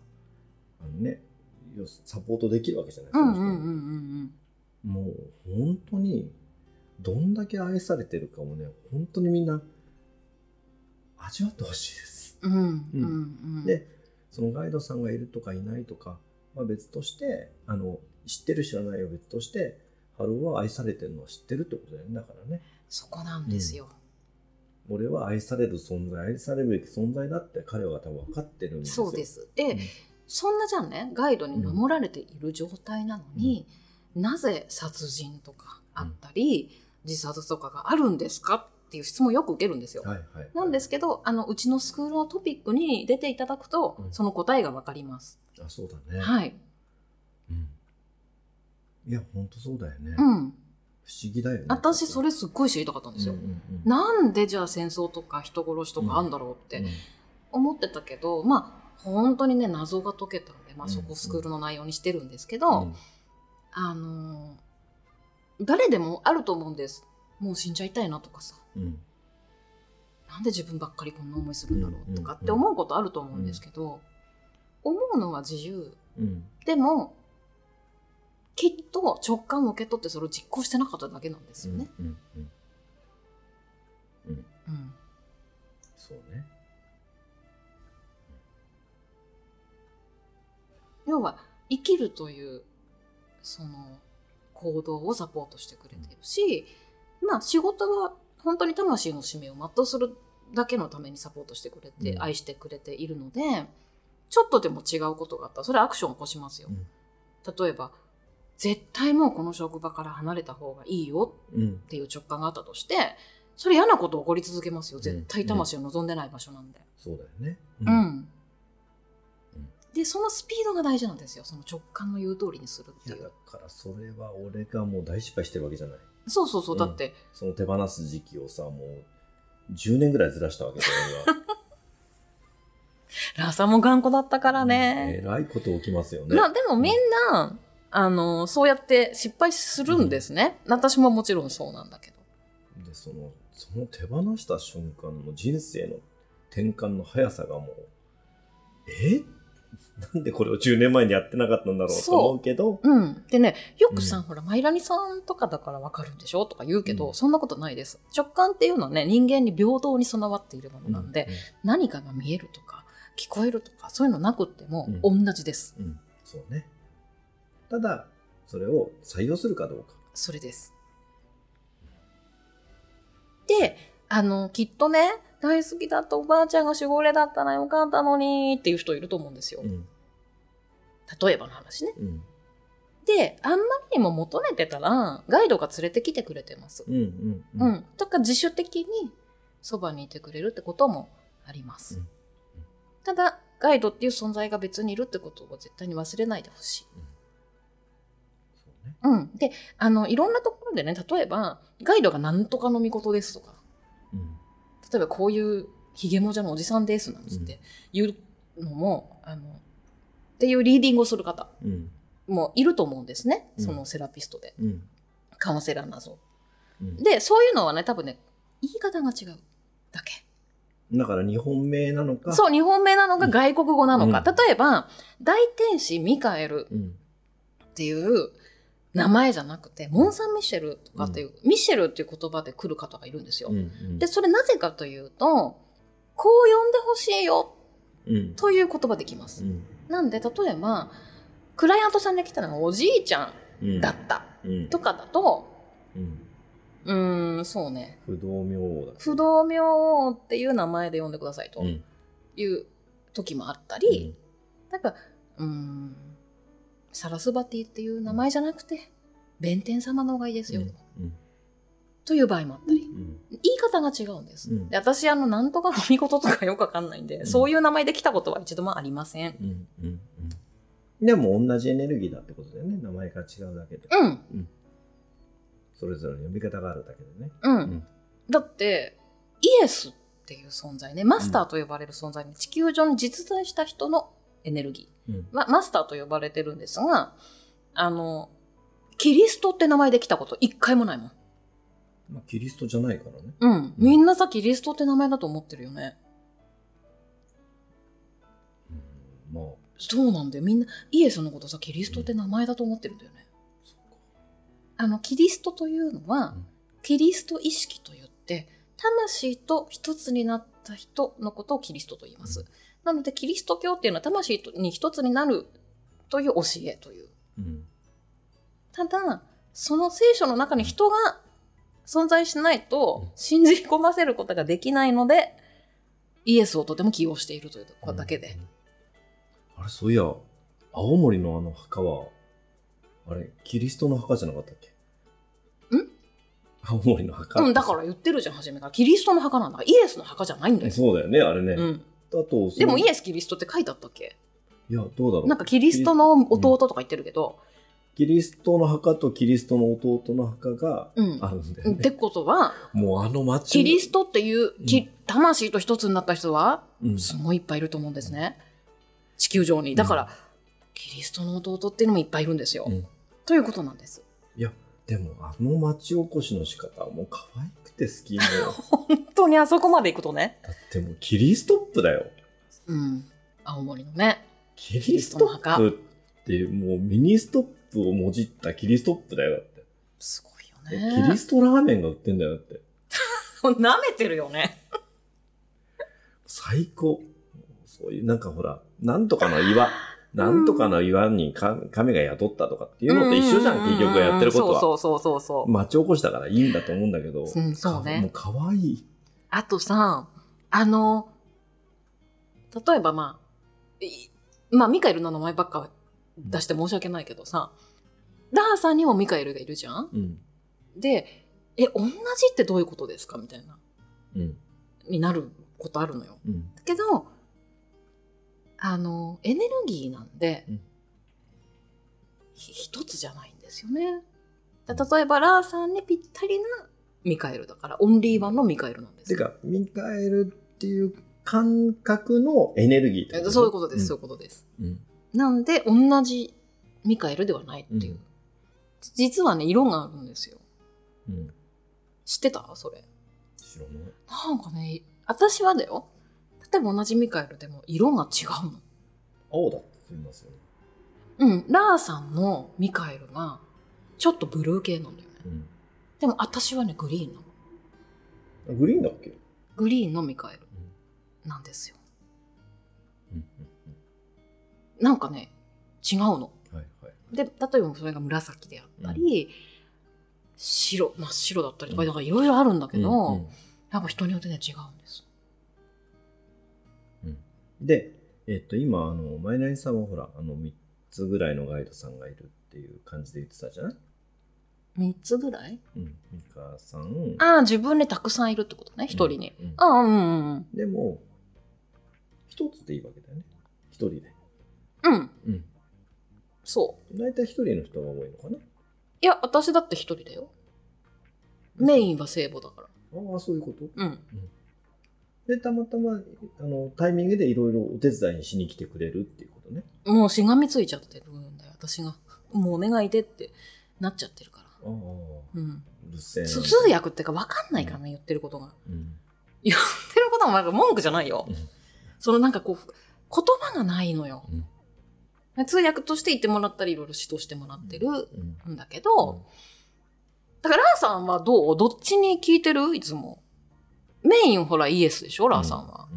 S1: サポートできるわけじゃないですか。もう本当にどんだけ愛されてるかもね、本当にみんな味わってほしいです。で、そのガイドさんがいるとかいないとか、まあ、別として、知ってる知らないを別として、ハローは愛されてるのは知ってるってことだよね。だからね。
S2: そこなんですよ。
S1: 俺は愛される存在、愛されるべき存在だって彼は多分分かってるんですよ。
S2: そうです。で、そんなじゃんね、ガイドに守られている状態なのに、なぜ殺人とかあったり、自殺とかがあるんですかっていう質問をよく受けるんですよ。なんですけど、うちのスクールのトピックに出ていただくと、その答えが分かります。
S1: あ、そうだね。
S2: はい。
S1: いや、本当そうだよね。不思議だよね。
S2: 私、それすっごい知りたかったんですよ。なんでじゃあ戦争とか人殺しとかあんだろうって思ってたけど、まあ、本当にね、謎が解けたので、まあ、そこスクールの内容にしてるんですけど、誰でもあると思うんです。もう死んじゃいたいなとかさ、なんで自分ばっかりこんな思いするんだろうとかって思うことあると思うんですけど、思うのは自由、でもきっと直感を受け取ってそれを実行してなかっただけなんですよね。
S1: そうね。
S2: 要は生きるというその行動をサポートしてくれているし、まあ仕事は本当に魂の使命を全うするだけのためにサポートしてくれて、愛してくれているので、ちょっとでも違うことがあったらそれはアクションを起こしますよ。例えば絶対もうこの職場から離れた方がいいよっていう直感があったとして、それ嫌なこと起こり続けますよ。絶対魂を望んでない場所なんで。
S1: そうだよね。
S2: で、そのスピードが大事なんですよ。その直感の言う通りにするっていう。
S1: いや、だからそれは俺がもう大失敗してるわけじゃない。
S2: そうそうそう、だって。
S1: その手放す時期をさ、もう10年ぐらいずらしたわけじゃないが。
S2: ラーさんも頑固だったからね。
S1: えらいこと起きますよね。
S2: まあでもみんな、そうやって失敗するんですね。私ももちろんそうなんだけど。
S1: で、その手放した瞬間の人生の転換の速さがもう、なんでこれを10年前にやってなかったんだろうと思うけど。
S2: でね、よくさ、ほら、マイラニさんとかだからわかるんでしょとか言うけど、そんなことないです。直感っていうのはね、人間に平等に備わっているものなんで、何かが見えるとか、聞こえるとか、そういうのなくっても同じです。
S1: そうね。ただ、それを採用するかどうか。
S2: それです。で、きっとね、大好きだったおばあちゃんが守護霊だったらよかったのにっていう人いると思うんですよ。例えばの話ね。で、あんまりにも求めてたら、ガイドが連れてきてくれてます。だから自主的にそばにいてくれるってこともあります。ただガイドっていう存在が別にいるってことを絶対に忘れないでほしい。で、いろんなところでね、例えばガイドがなんとかのみことですとか、例えばこういうひげもじゃのおじさんですなんつって言うのも、っていうリーディングをする方もいると思うんですね、そのセラピストで、カウンセラーなど、でそういうのはね、多分ね、言い方が違うだけ
S1: だから日本名なのか、
S2: そう、日本名なのか外国語なのか、例えば大天使ミカエルっていう名前じゃなくて、モン・サン・ミシェルとかっていう、ミシェルっていう言葉で来る方がいるんですよ。で、それなぜかというと、こう呼んでほしいよという言葉できます。なんで、例えば、クライアントさんで来たのがおじいちゃんだったとかだと、そうね。
S1: 不動明王だ。
S2: 不動明王っていう名前で呼んでくださいという時もあったり、例えば、サラスバティっていう名前じゃなくて、弁天様の方がいいですよ、という場合もあったり、言い方が違うんです。で、私、なんとかのみこととかよくわかんないんで、そういう名前で来たことは一度もありません。
S1: でも同じエネルギーだってことだよね。名前が違うだけで。それぞれの呼び方があるだけでね。
S2: だって、イエスっていう存在ね、マスターと呼ばれる存在ね、地球上に実在した人のエネルギー。マスターと呼ばれてるんですが、キリストって名前で来たこと一回もないもん。
S1: キリストじゃないからね。
S2: みんなさ、キリストって名前だと思ってるよね。そうなんだよ。みんな、イエスのことさ、キリストって名前だと思ってるんだよね。キリストというのは、キリスト意識といって、魂と一つになった人のことをキリストと言います。なので、キリスト教っていうのは魂に一つになるという教えという。ただ、その聖書の中に人が存在しないと信じ込ませることができないので、イエスをとても起用しているということだけで。
S1: あれ、そういや、青森の墓は、あれ、キリストの墓じゃなかったっけ？青森の墓。
S2: だから言ってるじゃん、初めから。キリストの墓なんだから、イエスの墓じゃないんだよ。
S1: そうだよね、あれね。
S2: でもイエス・キリストって書いてあったっけ？
S1: いや、どうだろう。
S2: なんかキリストの弟とか言ってるけど、
S1: キリストの墓とキリストの弟の墓があるんだよね。
S2: ってことは、
S1: もう町
S2: キリストっていう、魂と一つになった人は、すごいいっぱいいると思うんですね。地球上に。だから、キリストの弟っていうのもいっぱいいるんですよ。ということなんです。
S1: いや、でも町おこしの仕方はもう可愛くて好きも
S2: 本当にあそこまで行くとね。
S1: だってもうキリストップだよ。
S2: 青森のね。
S1: キリストップってもうミニストップをもじったキリストップだよ、だって。
S2: すごいよね。
S1: キリストラーメンが売ってんだよ、だって。
S2: 舐めてるよね。
S1: 最高。そういうなんかほら、なんとかの岩に神が宿ったとかっていうのと一緒じゃん、結局やってることは。そう。町おこしだからいいんだと思うんだけど。
S2: そうね。
S1: もう可愛い。
S2: あとさ、例えばミカエルの名前ばっか出して申し訳ないけどさ、ラーさんにもミカエルがいるじゃん、で、同じってどういうことですかみたいな、になることあるのよ。だけど、エネルギーなんで、一つじゃないんですよね。例えば、ラーさんにぴったりなミカエルだから、オンリーワンのミカエルなんです。
S1: てか、ミカエルっていう感覚のエネルギーってこと、ね、
S2: そういうことです、そういうことです。なんで、同じミカエルではないっていう。実はね、色があるんですよ。知ってた？それ。
S1: 知らない。
S2: なんかね、私はだよ。例えば同じミカエルでも色が違うの。
S1: 青だって言いますよね。
S2: ラーさんのミカエルがちょっとブルー系なんだよね。でも私はね、グリーンなの。
S1: グリーンだっけ？
S2: グリーンのミカエルなんですよ。なんかね、違うの。で、例えばそれが紫であったり、真っ白だったりとか、だからいろいろあるんだけど、やっぱ人によってね、違うんです。
S1: で、今、マイナリさんはほら、3つぐらいのガイドさんがいるっていう感じで言ってたじゃない？
S2: 3つぐらい？
S1: うん。ミカさん。
S2: ああ、自分でたくさんいるってことね、一人に。
S1: うんうん、
S2: ああ、うんうん。
S1: でも、一つでいいわけだよね。一人で。
S2: うん。
S1: うん。
S2: そう。
S1: 大体一人の人が多いのかな？
S2: いや、私だって一人だよ。メインは聖母だから。
S1: ああ、そういうこと？
S2: うん。
S1: で、たまたま、タイミングでいろいろお手伝いしに来てくれるっていうことね。
S2: もうしがみついちゃってるんだよ、私が。もうお願いでってなっちゃってるから。
S1: ああ。
S2: うん。
S1: うるせえな。
S2: 通訳ってか分かんないからね、言ってることが。
S1: うん。
S2: 言ってることもなんか文句じゃないよ。
S1: うん、
S2: そのなんかこう、言葉がないのよ。うん、通訳として言ってもらったり、いろいろ指導してもらってるんだけど、だからラーさんはどっちに聞いてる？いつも。メインほらイエスでしょ、ラーさんは。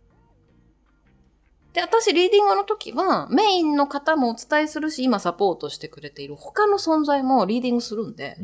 S2: で、私リーディングの時はメインの方もお伝えするし、今サポートしてくれている他の存在もリーディングするんで、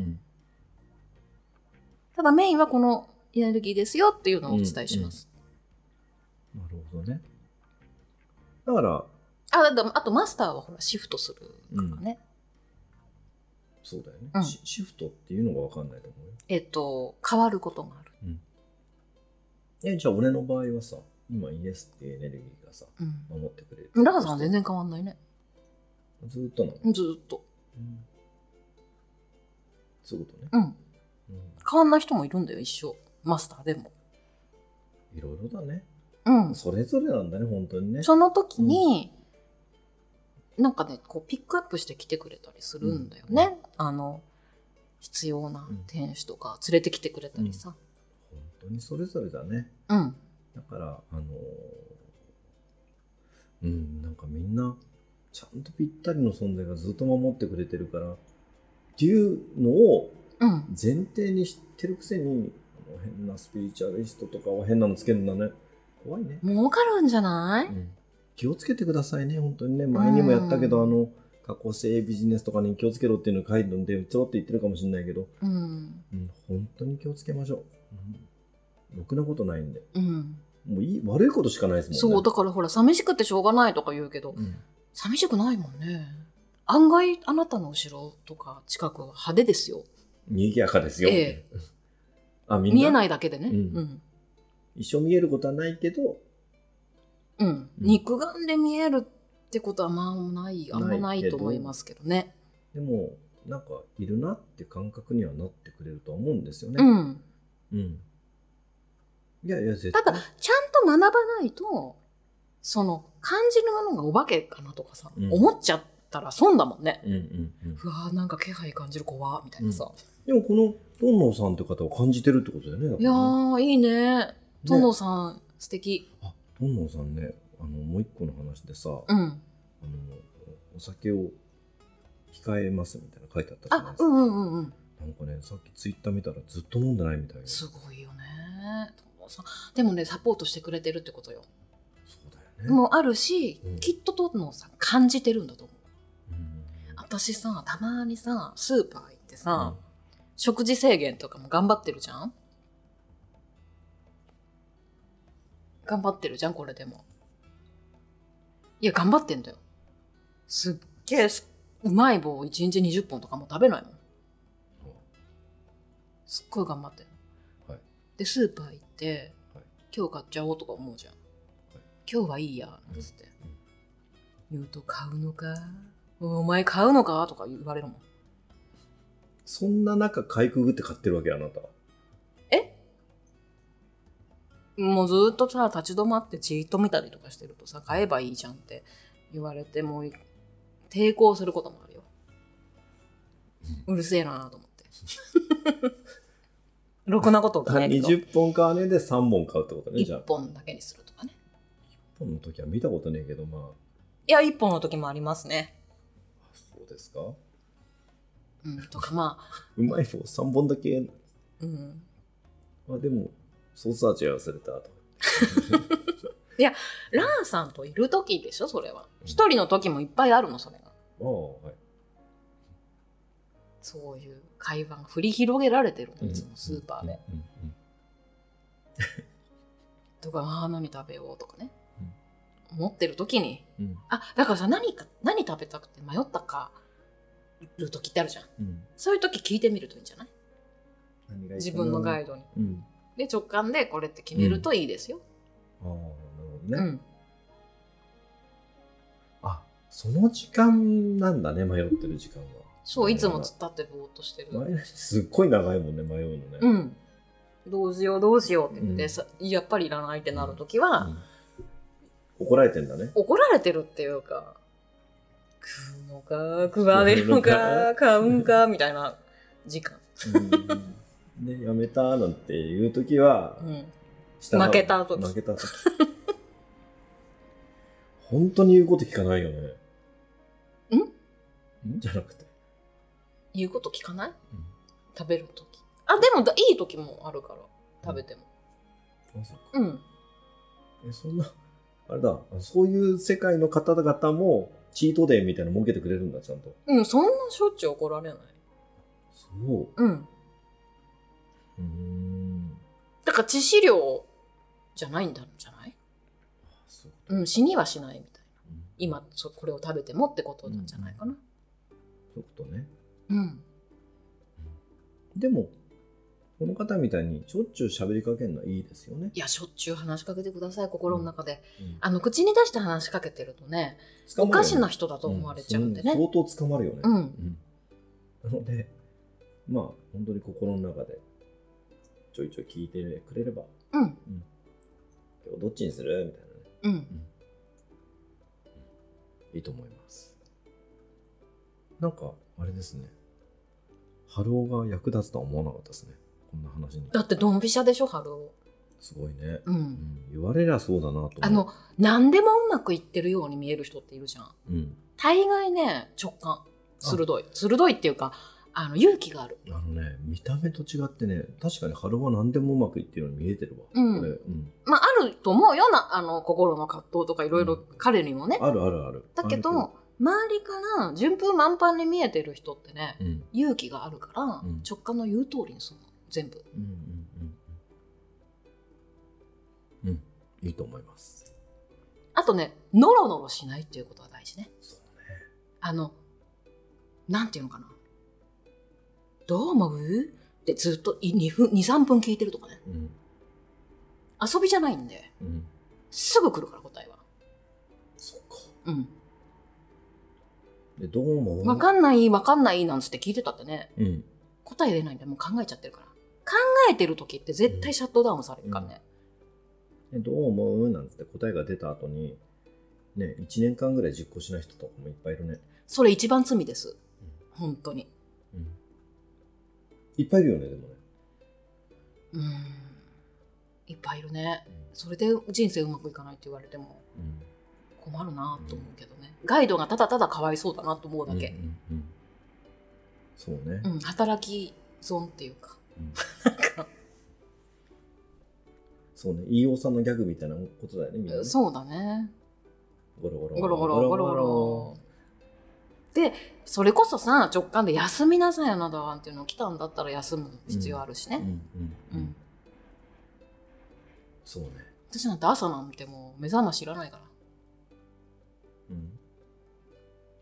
S2: ただメインはこのエネルギーですよっていうのをお伝えします。
S1: なるほどね。だから
S2: あとマスターはほらシフトするからね。
S1: そうだよね、シフトっていうのが分かんないと思うよ。
S2: 変わることがある。
S1: じゃあ俺の場合はさ、今イエスっていうエネルギーがさ、守ってくれる。
S2: ラーさんは全然変わんないね。
S1: ずーっとなの？
S2: ずーっと。
S1: そういうことね。
S2: 変わんない人もいるんだよ、一生。マスターでも。
S1: いろいろだね。
S2: うん。
S1: それぞれなんだね、本当にね。
S2: その時に、なんかね、こうピックアップしてきてくれたりするんだよね。必要な天使とか連れてきてくれたりさ。
S1: 本当にそれぞれだね。だからなんかみんなちゃんとぴったりの存在がずっと守ってくれてるからっていうのを前提に知ってるくせに、変なスピリチュアリストとかは変なのつけるんだね。怖いね。
S2: 儲かるんじゃない？
S1: 気をつけてくださいね、本当にね。前にもやったけど、過去性ビジネスとかに気をつけろっていうのを書いてるんで、ちょろって言ってるかもしれないけど、本当に気をつけましょう。ろくなことないんで。もう悪いことしかないですもんね。
S2: そう、だからほら、寂しくてしょうがないとか言うけど、寂しくないもんね。案外、あなたの後ろとか近くは派手ですよ。
S1: 賑やかですよ。みんな
S2: 見えないだけでね。
S1: 一生見えることはないけど、
S2: 肉眼で見えるってことはまああんまないと思いますけどね。
S1: でもなんかいるなって感覚にはなってくれると思うんですよね。いや絶対。
S2: ただちゃんと学ばないと、その感じるものがお化けかなとかさ、思っちゃったら損だもんね。うわーなんか気配感じる怖みたいなさ。
S1: でもこのトンノーさんって方は感じてるってことだよね。
S2: いやーいいね。トンノーさん素敵。
S1: トンノーさんね、もう一個の話でさ、お酒を控えますみたいな書いてあったじゃないですか。なんかね、さっきツイッター見たらずっと飲んでないみたいな。す
S2: ごいよね。でもね、サポートしてくれてるってことよ。
S1: そうだよね。
S2: もうあるし、きっとトンノーさん感じてるんだと思う。私さ、たまにさ、スーパー行ってさ、食事制限とかも頑張ってるじゃん？頑張ってるじゃん、これでも。いや、頑張ってんだよ。すっげえ、うまい棒1日20本とかも食べないもん。すっごい頑張ってる。で、スーパー行って、今日買っちゃおうとか思うじゃん。今日はいいや、なんつって。言うと、買うのか？お前買うのか？とか言われるもん。
S1: そんな中、かいくぐって買ってるわけ、あなたは。
S2: もうずっとさ、立ち止まってじーっと見たりとかしてるとさ、買えばいいじゃんって言われて、もう抵抗することもあるよ。うるせえなと思って。ろくなことがないけど。
S1: 20本買わねえで3本買うってことね、
S2: じゃあ。1本だけにするとかね。
S1: 1本の時は見たことねえけど、まあ。
S2: いや、1本の時もありますね。
S1: そうですか？
S2: とかまあ。
S1: うまい棒3本だけ。でも、ソース味忘れたと。
S2: いや、ラーさんといる時でしょ、それは。一人の時もいっぱいあるの、それが。そういう会話が繰り広げられてるの、いつもスーパーで。とか、何食べようとかね。思ってる時に。だからさ、何食べたくて迷ったか。 る時ってあるじゃん。そういう時聞いてみるといいんじゃない？
S1: 何がいいかな。
S2: 自分のガイドに。で、直感でこれって決めるといいですよ。
S1: ああ、なるほどね。あ、その時間なんだね、迷ってる時間は。
S2: そう、いつも突っ立ってぼーっとしてる。
S1: すっごい長いもんね、迷うのね。
S2: どうしようどうしようって言ってさ、やっぱりいらないってなるときは、
S1: 怒られてんだね。
S2: 怒られてるっていうか、食うのか、食われるのか、買うんか、みたいな時間。
S1: で、やめたなんていうときは、
S2: 負けたとき。
S1: 本当に言うこと聞かないよね。じゃなくて。
S2: 言うこと聞かない？食べるとき。あ、でもいいときもあるから、食べても。
S1: あ、そうか。そんな、あれだ、そういう世界の方々も、チートデーみたいなの設けてくれるんだ、ちゃんと。
S2: そんなしょっちゅう怒られない。
S1: そう。
S2: だから致死量じゃないんだじゃない？死にはしないみたいな。今、これを食べてもってことなんじゃないかな。
S1: そういうことね。でも、この方みたいにしょっちゅう喋りかけるのはいいですよね。
S2: いや、しょっちゅう話しかけてください、心の中で。口に出して話しかけてるとね、おかしな人だと思われちゃうんでね。
S1: 相当捕まるよね。なので、まあ、本当に心の中でちょいちょい聞いてくれれば、今日どっちにするみたいなね。いいと思います。なんか、あれですね。春尾が役立つとは思わなかったですね。こんな話に。
S2: だってドンピシャでしょ、春尾。
S1: すごいね。言われりゃそうだなと
S2: 思う。何でもうまくいってるように見える人っているじゃん。大概ね、直感。鋭いっていうか、勇気がある。
S1: 見た目と違ってね、確かに春尾は何でもうまくいってるように見えてるわ。
S2: まあ、あると思うよな、心の葛藤とかいろいろ彼にもね。
S1: ある。
S2: だけど、周りから順風満帆に見えてる人ってね、勇気があるから、直感の言う通りにするの。全部。
S1: いいと思います。
S2: あとね、ノロノロしないっていうことは大事ね。
S1: そうね。
S2: なんていうのかな。どう思うってずっと2、3分聞いてるとかね。遊びじゃないんで、すぐ来るから答えは。
S1: そうか。で、どう思う？
S2: わかんないなんつって聞いてたってね、答え出ないんでもう考えちゃってるから。考えてる時って絶対シャットダウンされるからね。
S1: どう思うなんつって答えが出た後に、ね、1年間ぐらい実行しない人とかもいっぱいいるね。
S2: それ一番罪です。本当に。
S1: いっぱいいるよね、でもね。
S2: いっぱいいるね。それで人生うまくいかないって言われても困るなと思うけどね。ガイドがただただかわいそうだなと思うだけ。
S1: そうね。
S2: 働き損っていうか。
S1: なんか。そうね。飯尾さんのギャグみたいなことだよね、みんなね。
S2: そうだね。
S1: ゴロゴロ。
S2: ゴロゴロゴロゴロ。で、それこそさ、直感で休みなさいあなたはっていうの来たんだったら休む必要あるしね。
S1: そうね。
S2: 私なんて朝なんてもう目覚ましいらないから。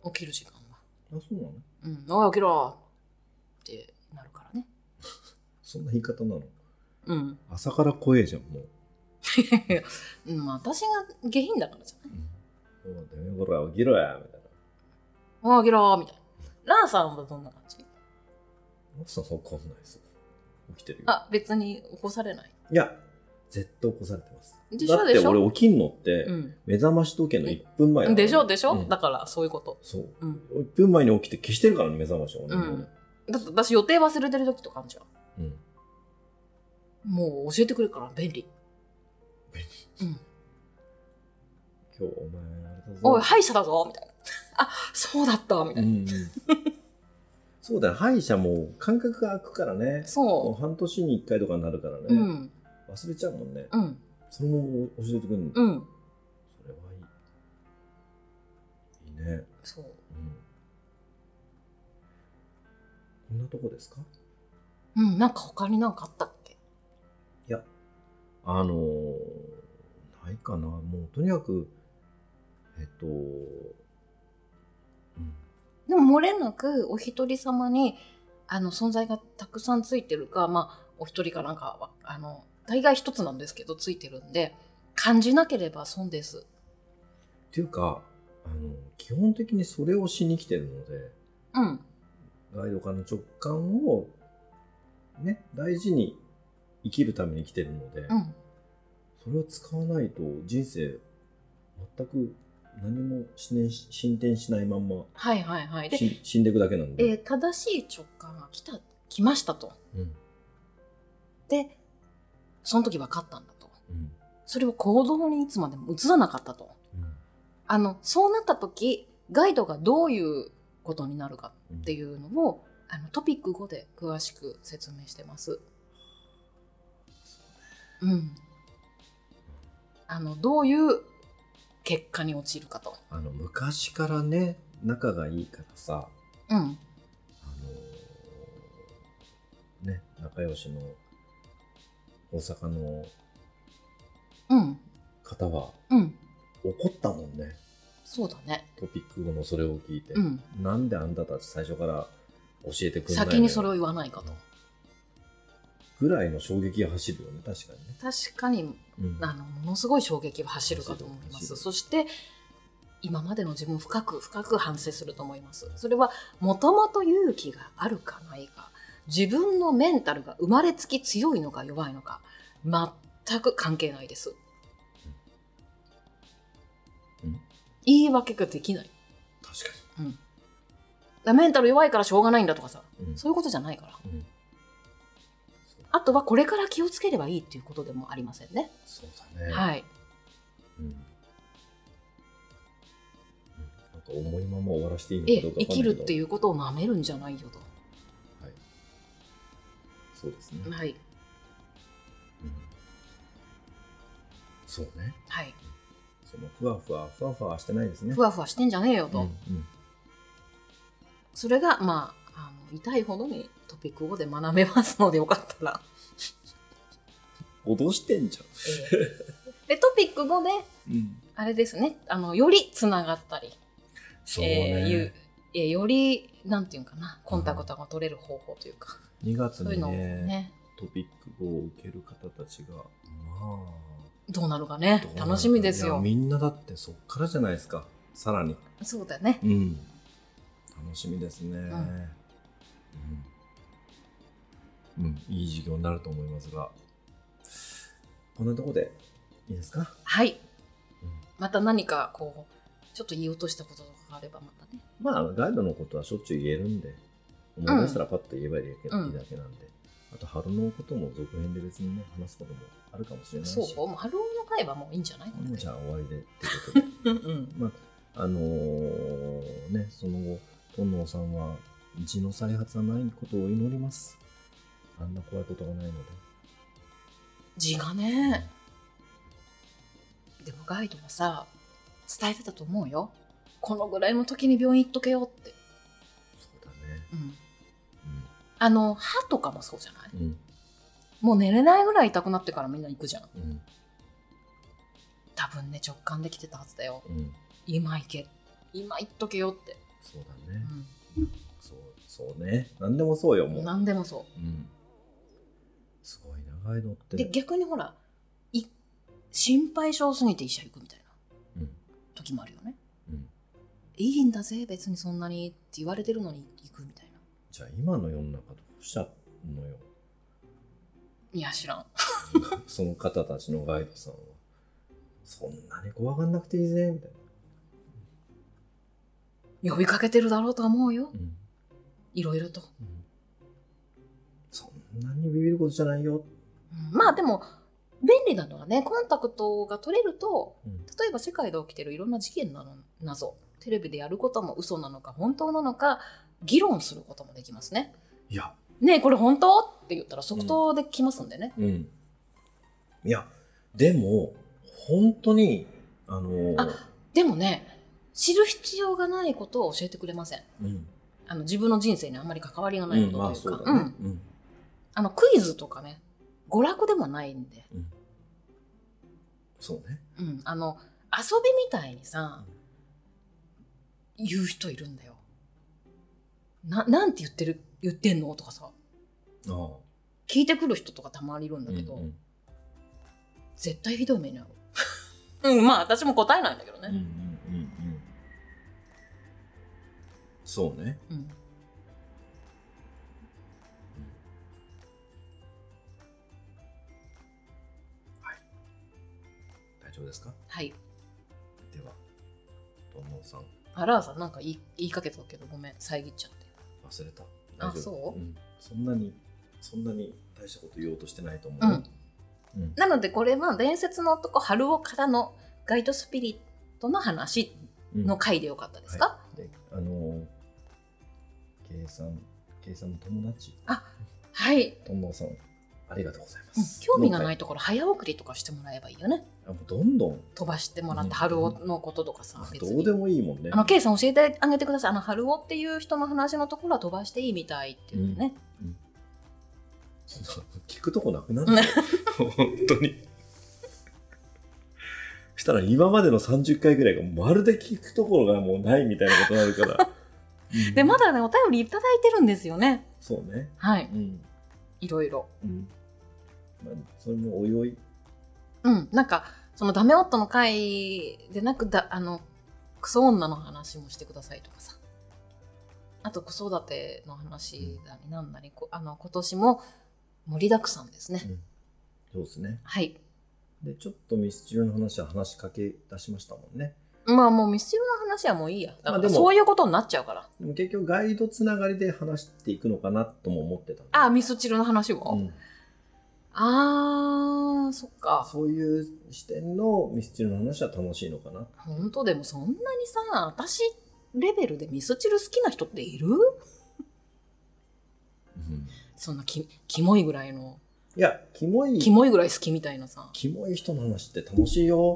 S2: 起きる時間は。
S1: あ、そうなの？
S2: おい起きろってなるからね。
S1: そんな言い方なの？朝から怖えじゃん、もう。
S2: 私が下品だからじゃない。
S1: てめえこら起きろやみたい
S2: な。起きろみたいな。ラーさんはどんな感じ？
S1: ラーさんわかんないです。起きてるよ。
S2: あ、別に起こされない？
S1: いや、絶対起こされてます。
S2: でしょ
S1: だって俺起きんのって、目覚まし時計の1分前
S2: でしょ、だからそういうこと。
S1: そう。1分前に起きて消してるからね、目覚ましを。
S2: だって私予定忘れてる時とかあるじゃん。もう教えてくれるから便利。
S1: 今日お前あれだぞ。
S2: おい、歯医者だぞみたいな。あ、そうだったみたいな。
S1: そうだよ、歯医者も感覚が空くからね。
S2: そう。
S1: もう半年に1回とかになるからね。忘れちゃうもんね。それも教えてくれるの。それはいい。いいね。
S2: そう。
S1: こんなとこですか？
S2: なんか他になんかあったっけ？
S1: いや、ないかな。もうとにかく、
S2: でも漏れなくお一人様に存在がたくさんついてるか、まあお一人かなんかは大概一つなんですけどついてるんで、感じなければ損です。
S1: っていうか基本的にそれをしに来てるので、
S2: うん、
S1: ガイドからの直感をね大事に生きるために来てるので、
S2: うん、
S1: それを使わないと人生全く何も進展しないまんま、
S2: はいはいはい、で
S1: 死んでいくだけなんで、
S2: 正しい直感が来ましたと、
S1: うん、
S2: でその時分かったんだと、
S1: うん、
S2: それを行動にいつまでも移さなかったと、うん、そうなった時ガイドがどういうことになるかっていうのを、トピック5で詳しく説明してます。うん、どういう結果に陥るかと。
S1: 昔からね仲がいいからさ、
S2: うん、
S1: ね仲良しの大阪の方は、
S2: うん、
S1: 怒ったもんね。
S2: そうだね。
S1: トピック後のそれを聞いて、
S2: うん、
S1: なんであんたたち最初から教えてくれないの
S2: 先にそれを言わないかと、
S1: ぐらいの衝撃が走るよね。確かにね。
S2: 確かに、
S1: うん、
S2: ものすごい衝撃が走るかと思います。そして今までの自分を深く反省すると思います。それはもともと勇気があるかないか、自分のメンタルが生まれつき強いのか弱いのか全く関係ないです、
S1: うん、
S2: 言い訳ができない。
S1: 確かに、
S2: うん、メンタル弱いからしょうがないんだとかさ、
S1: うん、
S2: そういうことじゃないから、
S1: うん、
S2: あとはこれから気をつければいいっていうことでもありませんね。
S1: そうだね。
S2: はい、
S1: なんか重いまま終わらせていいのかどうか分かんないけど、
S2: 生きるっていうことをなめるんじゃないよと。
S1: はい、そうですね。
S2: はい、
S1: そうね。
S2: はい。
S1: そのふわふわしてないですね。
S2: ふわふわしてんじゃねえよと。それが痛いほどにトピック5で学べますのでよかったら。
S1: 脅してんじゃん。
S2: でトピック5で、あれですね、よりつながったり、
S1: そうね、
S2: よりなんていうかな、コンタクトが取れる方法というか、
S1: 2月に
S2: ね
S1: トピック5を受ける方たちが
S2: どうなるかね、楽しみですよ。
S1: みんなだってそっからじゃないですか。さらに
S2: そうだね、
S1: 楽しみですね。いい授業になると思いますが、こんなとこでいいですか。
S2: はい、また何かこうちょっと言おうとしたこととかがあればまたね。
S1: ガイドのことはしょっちゅう言えるんで、思い出したらパッと言えばいいだけなんで、あと春のことも続編で別にね話すこともあるかもしれないし。
S2: そう、もう春の回はもういいんじゃない？
S1: もうじゃあ終わりでっていうことでね、その後トンノーさんは痔の再発はないことを祈ります。あんな怖いことがないので。
S2: 痔がね、でもガイドはさ伝えてたと思うよ。このぐらいの時に病院行っとけよって。
S1: そうだね。
S2: 歯とかもそうじゃない、もう寝れないぐらい痛くなってからみんな行くじゃん、多分ね直感できてたはずだよ、今行っとけよって。
S1: そうだね、そうね、何でもそうよ。もう
S2: 何でもそう、
S1: すごい長いのって。
S2: で逆にほら心配性すぎて医者行くみたいな、時もあるよね、いいんだぜ別にそんなにって言われてるのに行くみたいな。
S1: じゃあ今の世の中どうしたのよ。
S2: いや知らん
S1: その方たちのガイドさんはそんなに怖がんなくていいぜみたい
S2: な呼びかけてるだろうとは思うよ、いろいろと、
S1: そんなにビビることじゃないよ、
S2: まあでも便利なのはね、コンタクトが取れると、例えば世界で起きてるいろんな事件の謎、テレビでやることも嘘なのか本当なのか議論することもできますね。
S1: いや
S2: ねえこれ本当って言ったら即答できますんでね、
S1: いやでも本当に
S2: でもね知る必要がないことを教えてくれません、自分の人生にあんまり関わりがないことというか、クイズとかね娯楽でもないんで、
S1: そうね、
S2: 遊びみたいにさ、言う人いるんだよ。 なんて言ってんのとかさ、聞いてくる人とかたまにいるんだけど、絶対ひどい目に遭う。まあ私も答えないんだけどね。
S1: そうね。はい。大丈夫ですか？はい。では、ともさん。
S2: ラーさんなんか言いかけたけどごめん、遮っちゃって。
S1: 忘れた。
S2: そう？
S1: そんなに大したこと言おうとしてないと思う。
S2: なのでこれは伝説の男春男からのガイドスピリットの話の回でよかったですか？
S1: でKさんの友達。
S2: はい。
S1: ともさんありがとうございます。
S2: 興味がないところ早送りとかしてもらえばいいよね。
S1: もうどんどん
S2: 飛ばしてもらって春男のこととかさ、
S1: 別にどうでもいいもんね。
S2: Kさん教えてあげてください。春男っていう人の話のところは飛ばしていいみたいっていうね。
S1: 聞くとこなくなるね。本当に。したら今までの30回ぐらいがまるで聞くところがもうないみたいなことになるから。
S2: でまだねお便りいただいてるんですよね。
S1: そうね。
S2: はい。いろいろ。
S1: それもおいおい。
S2: なんかそのダメ夫の回でなくクソ女の話もしてくださいとかさ。あと子育ての話だりなんだり、今年も盛りだくさんですね。
S1: そうですね。
S2: はい。
S1: でちょっとミスチルの話は話しかけ出しましたもんね。
S2: まあもうミスチルの話はもういいや。だからそういうことになっちゃうから。
S1: でも結局ガイドつながりで話していくのかなとも思ってた。
S2: ミスチルの話を。そっか。
S1: そういう視点のミスチルの話は楽しいのかな。
S2: 本当でもそんなにさ、私レベルでミスチル好きな人っている？そんなキモいぐらいの。
S1: いや、キモい
S2: ぐらい好きみたいなさ。
S1: キモい人の話って楽しいよ。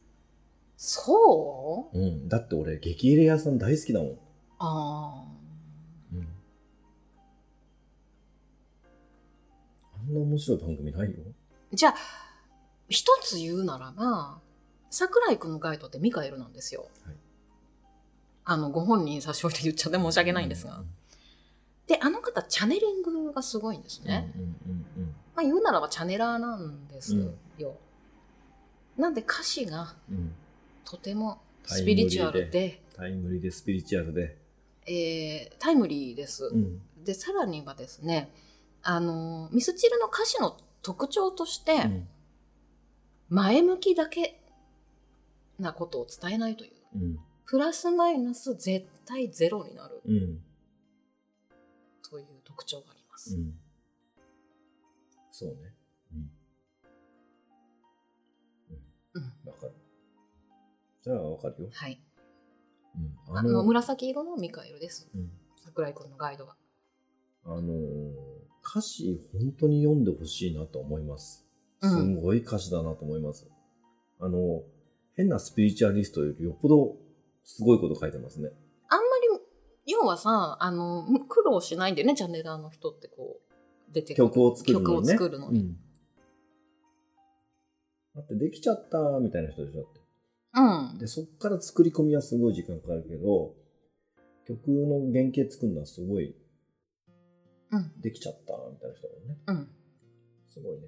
S2: そう？
S1: だって俺激入れ屋さん大好きだもん。あんな面白い番組ないよ。
S2: じゃあ一つ言うならば桜井くんのガイドってミカエルなんですよ。ご本人差し置いて言っちゃって申し訳ないんですが、であの方チャネリングがすごいんですね。言うならばチャネラーなんですよ。なんで歌詞がとてもスピリチュアルで
S1: タイムリーでスピリチュアルで、
S2: タイムリーです。でさらにはですね、ミスチルの歌詞の特徴として、前向きだけなことを伝えないという、プラスマイナス絶対ゼロになる、という特徴があります。
S1: そうね。わかる。じゃあわかるよ。
S2: はい。紫色のミカエルです。桜井くんのガイドが。
S1: 歌詞本当に読んでほしいなと思います。すごい歌詞だなと思います。変なスピリチュアリストよりよっぽどすごいこと書いてますね。
S2: あんまり要はさ苦労しないんだよね、チャンネラーの人ってこう出てくる
S1: 曲を作るのに。だってできちゃったみたいな人でしょって。でそっから作り込みはすごい時間かかるけど、曲の原型作るのはすごい、できちゃったみたいな人だよね。すごいね。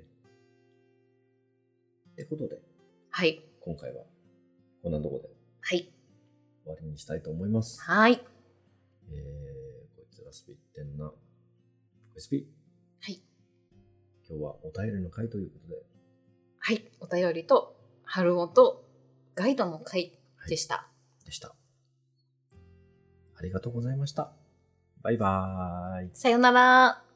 S1: ってことで、
S2: はい。
S1: 今回はこんなとこで、
S2: はい。
S1: 終わりにしたいと思います。
S2: はい。
S1: こいつがスピってんな。こいスピ。
S2: はい。
S1: 今日はお便りの回ということで。
S2: はい。お便りと春男とガイドの回でした。
S1: でした。ありがとうございました。バイバーイ。
S2: さよなら。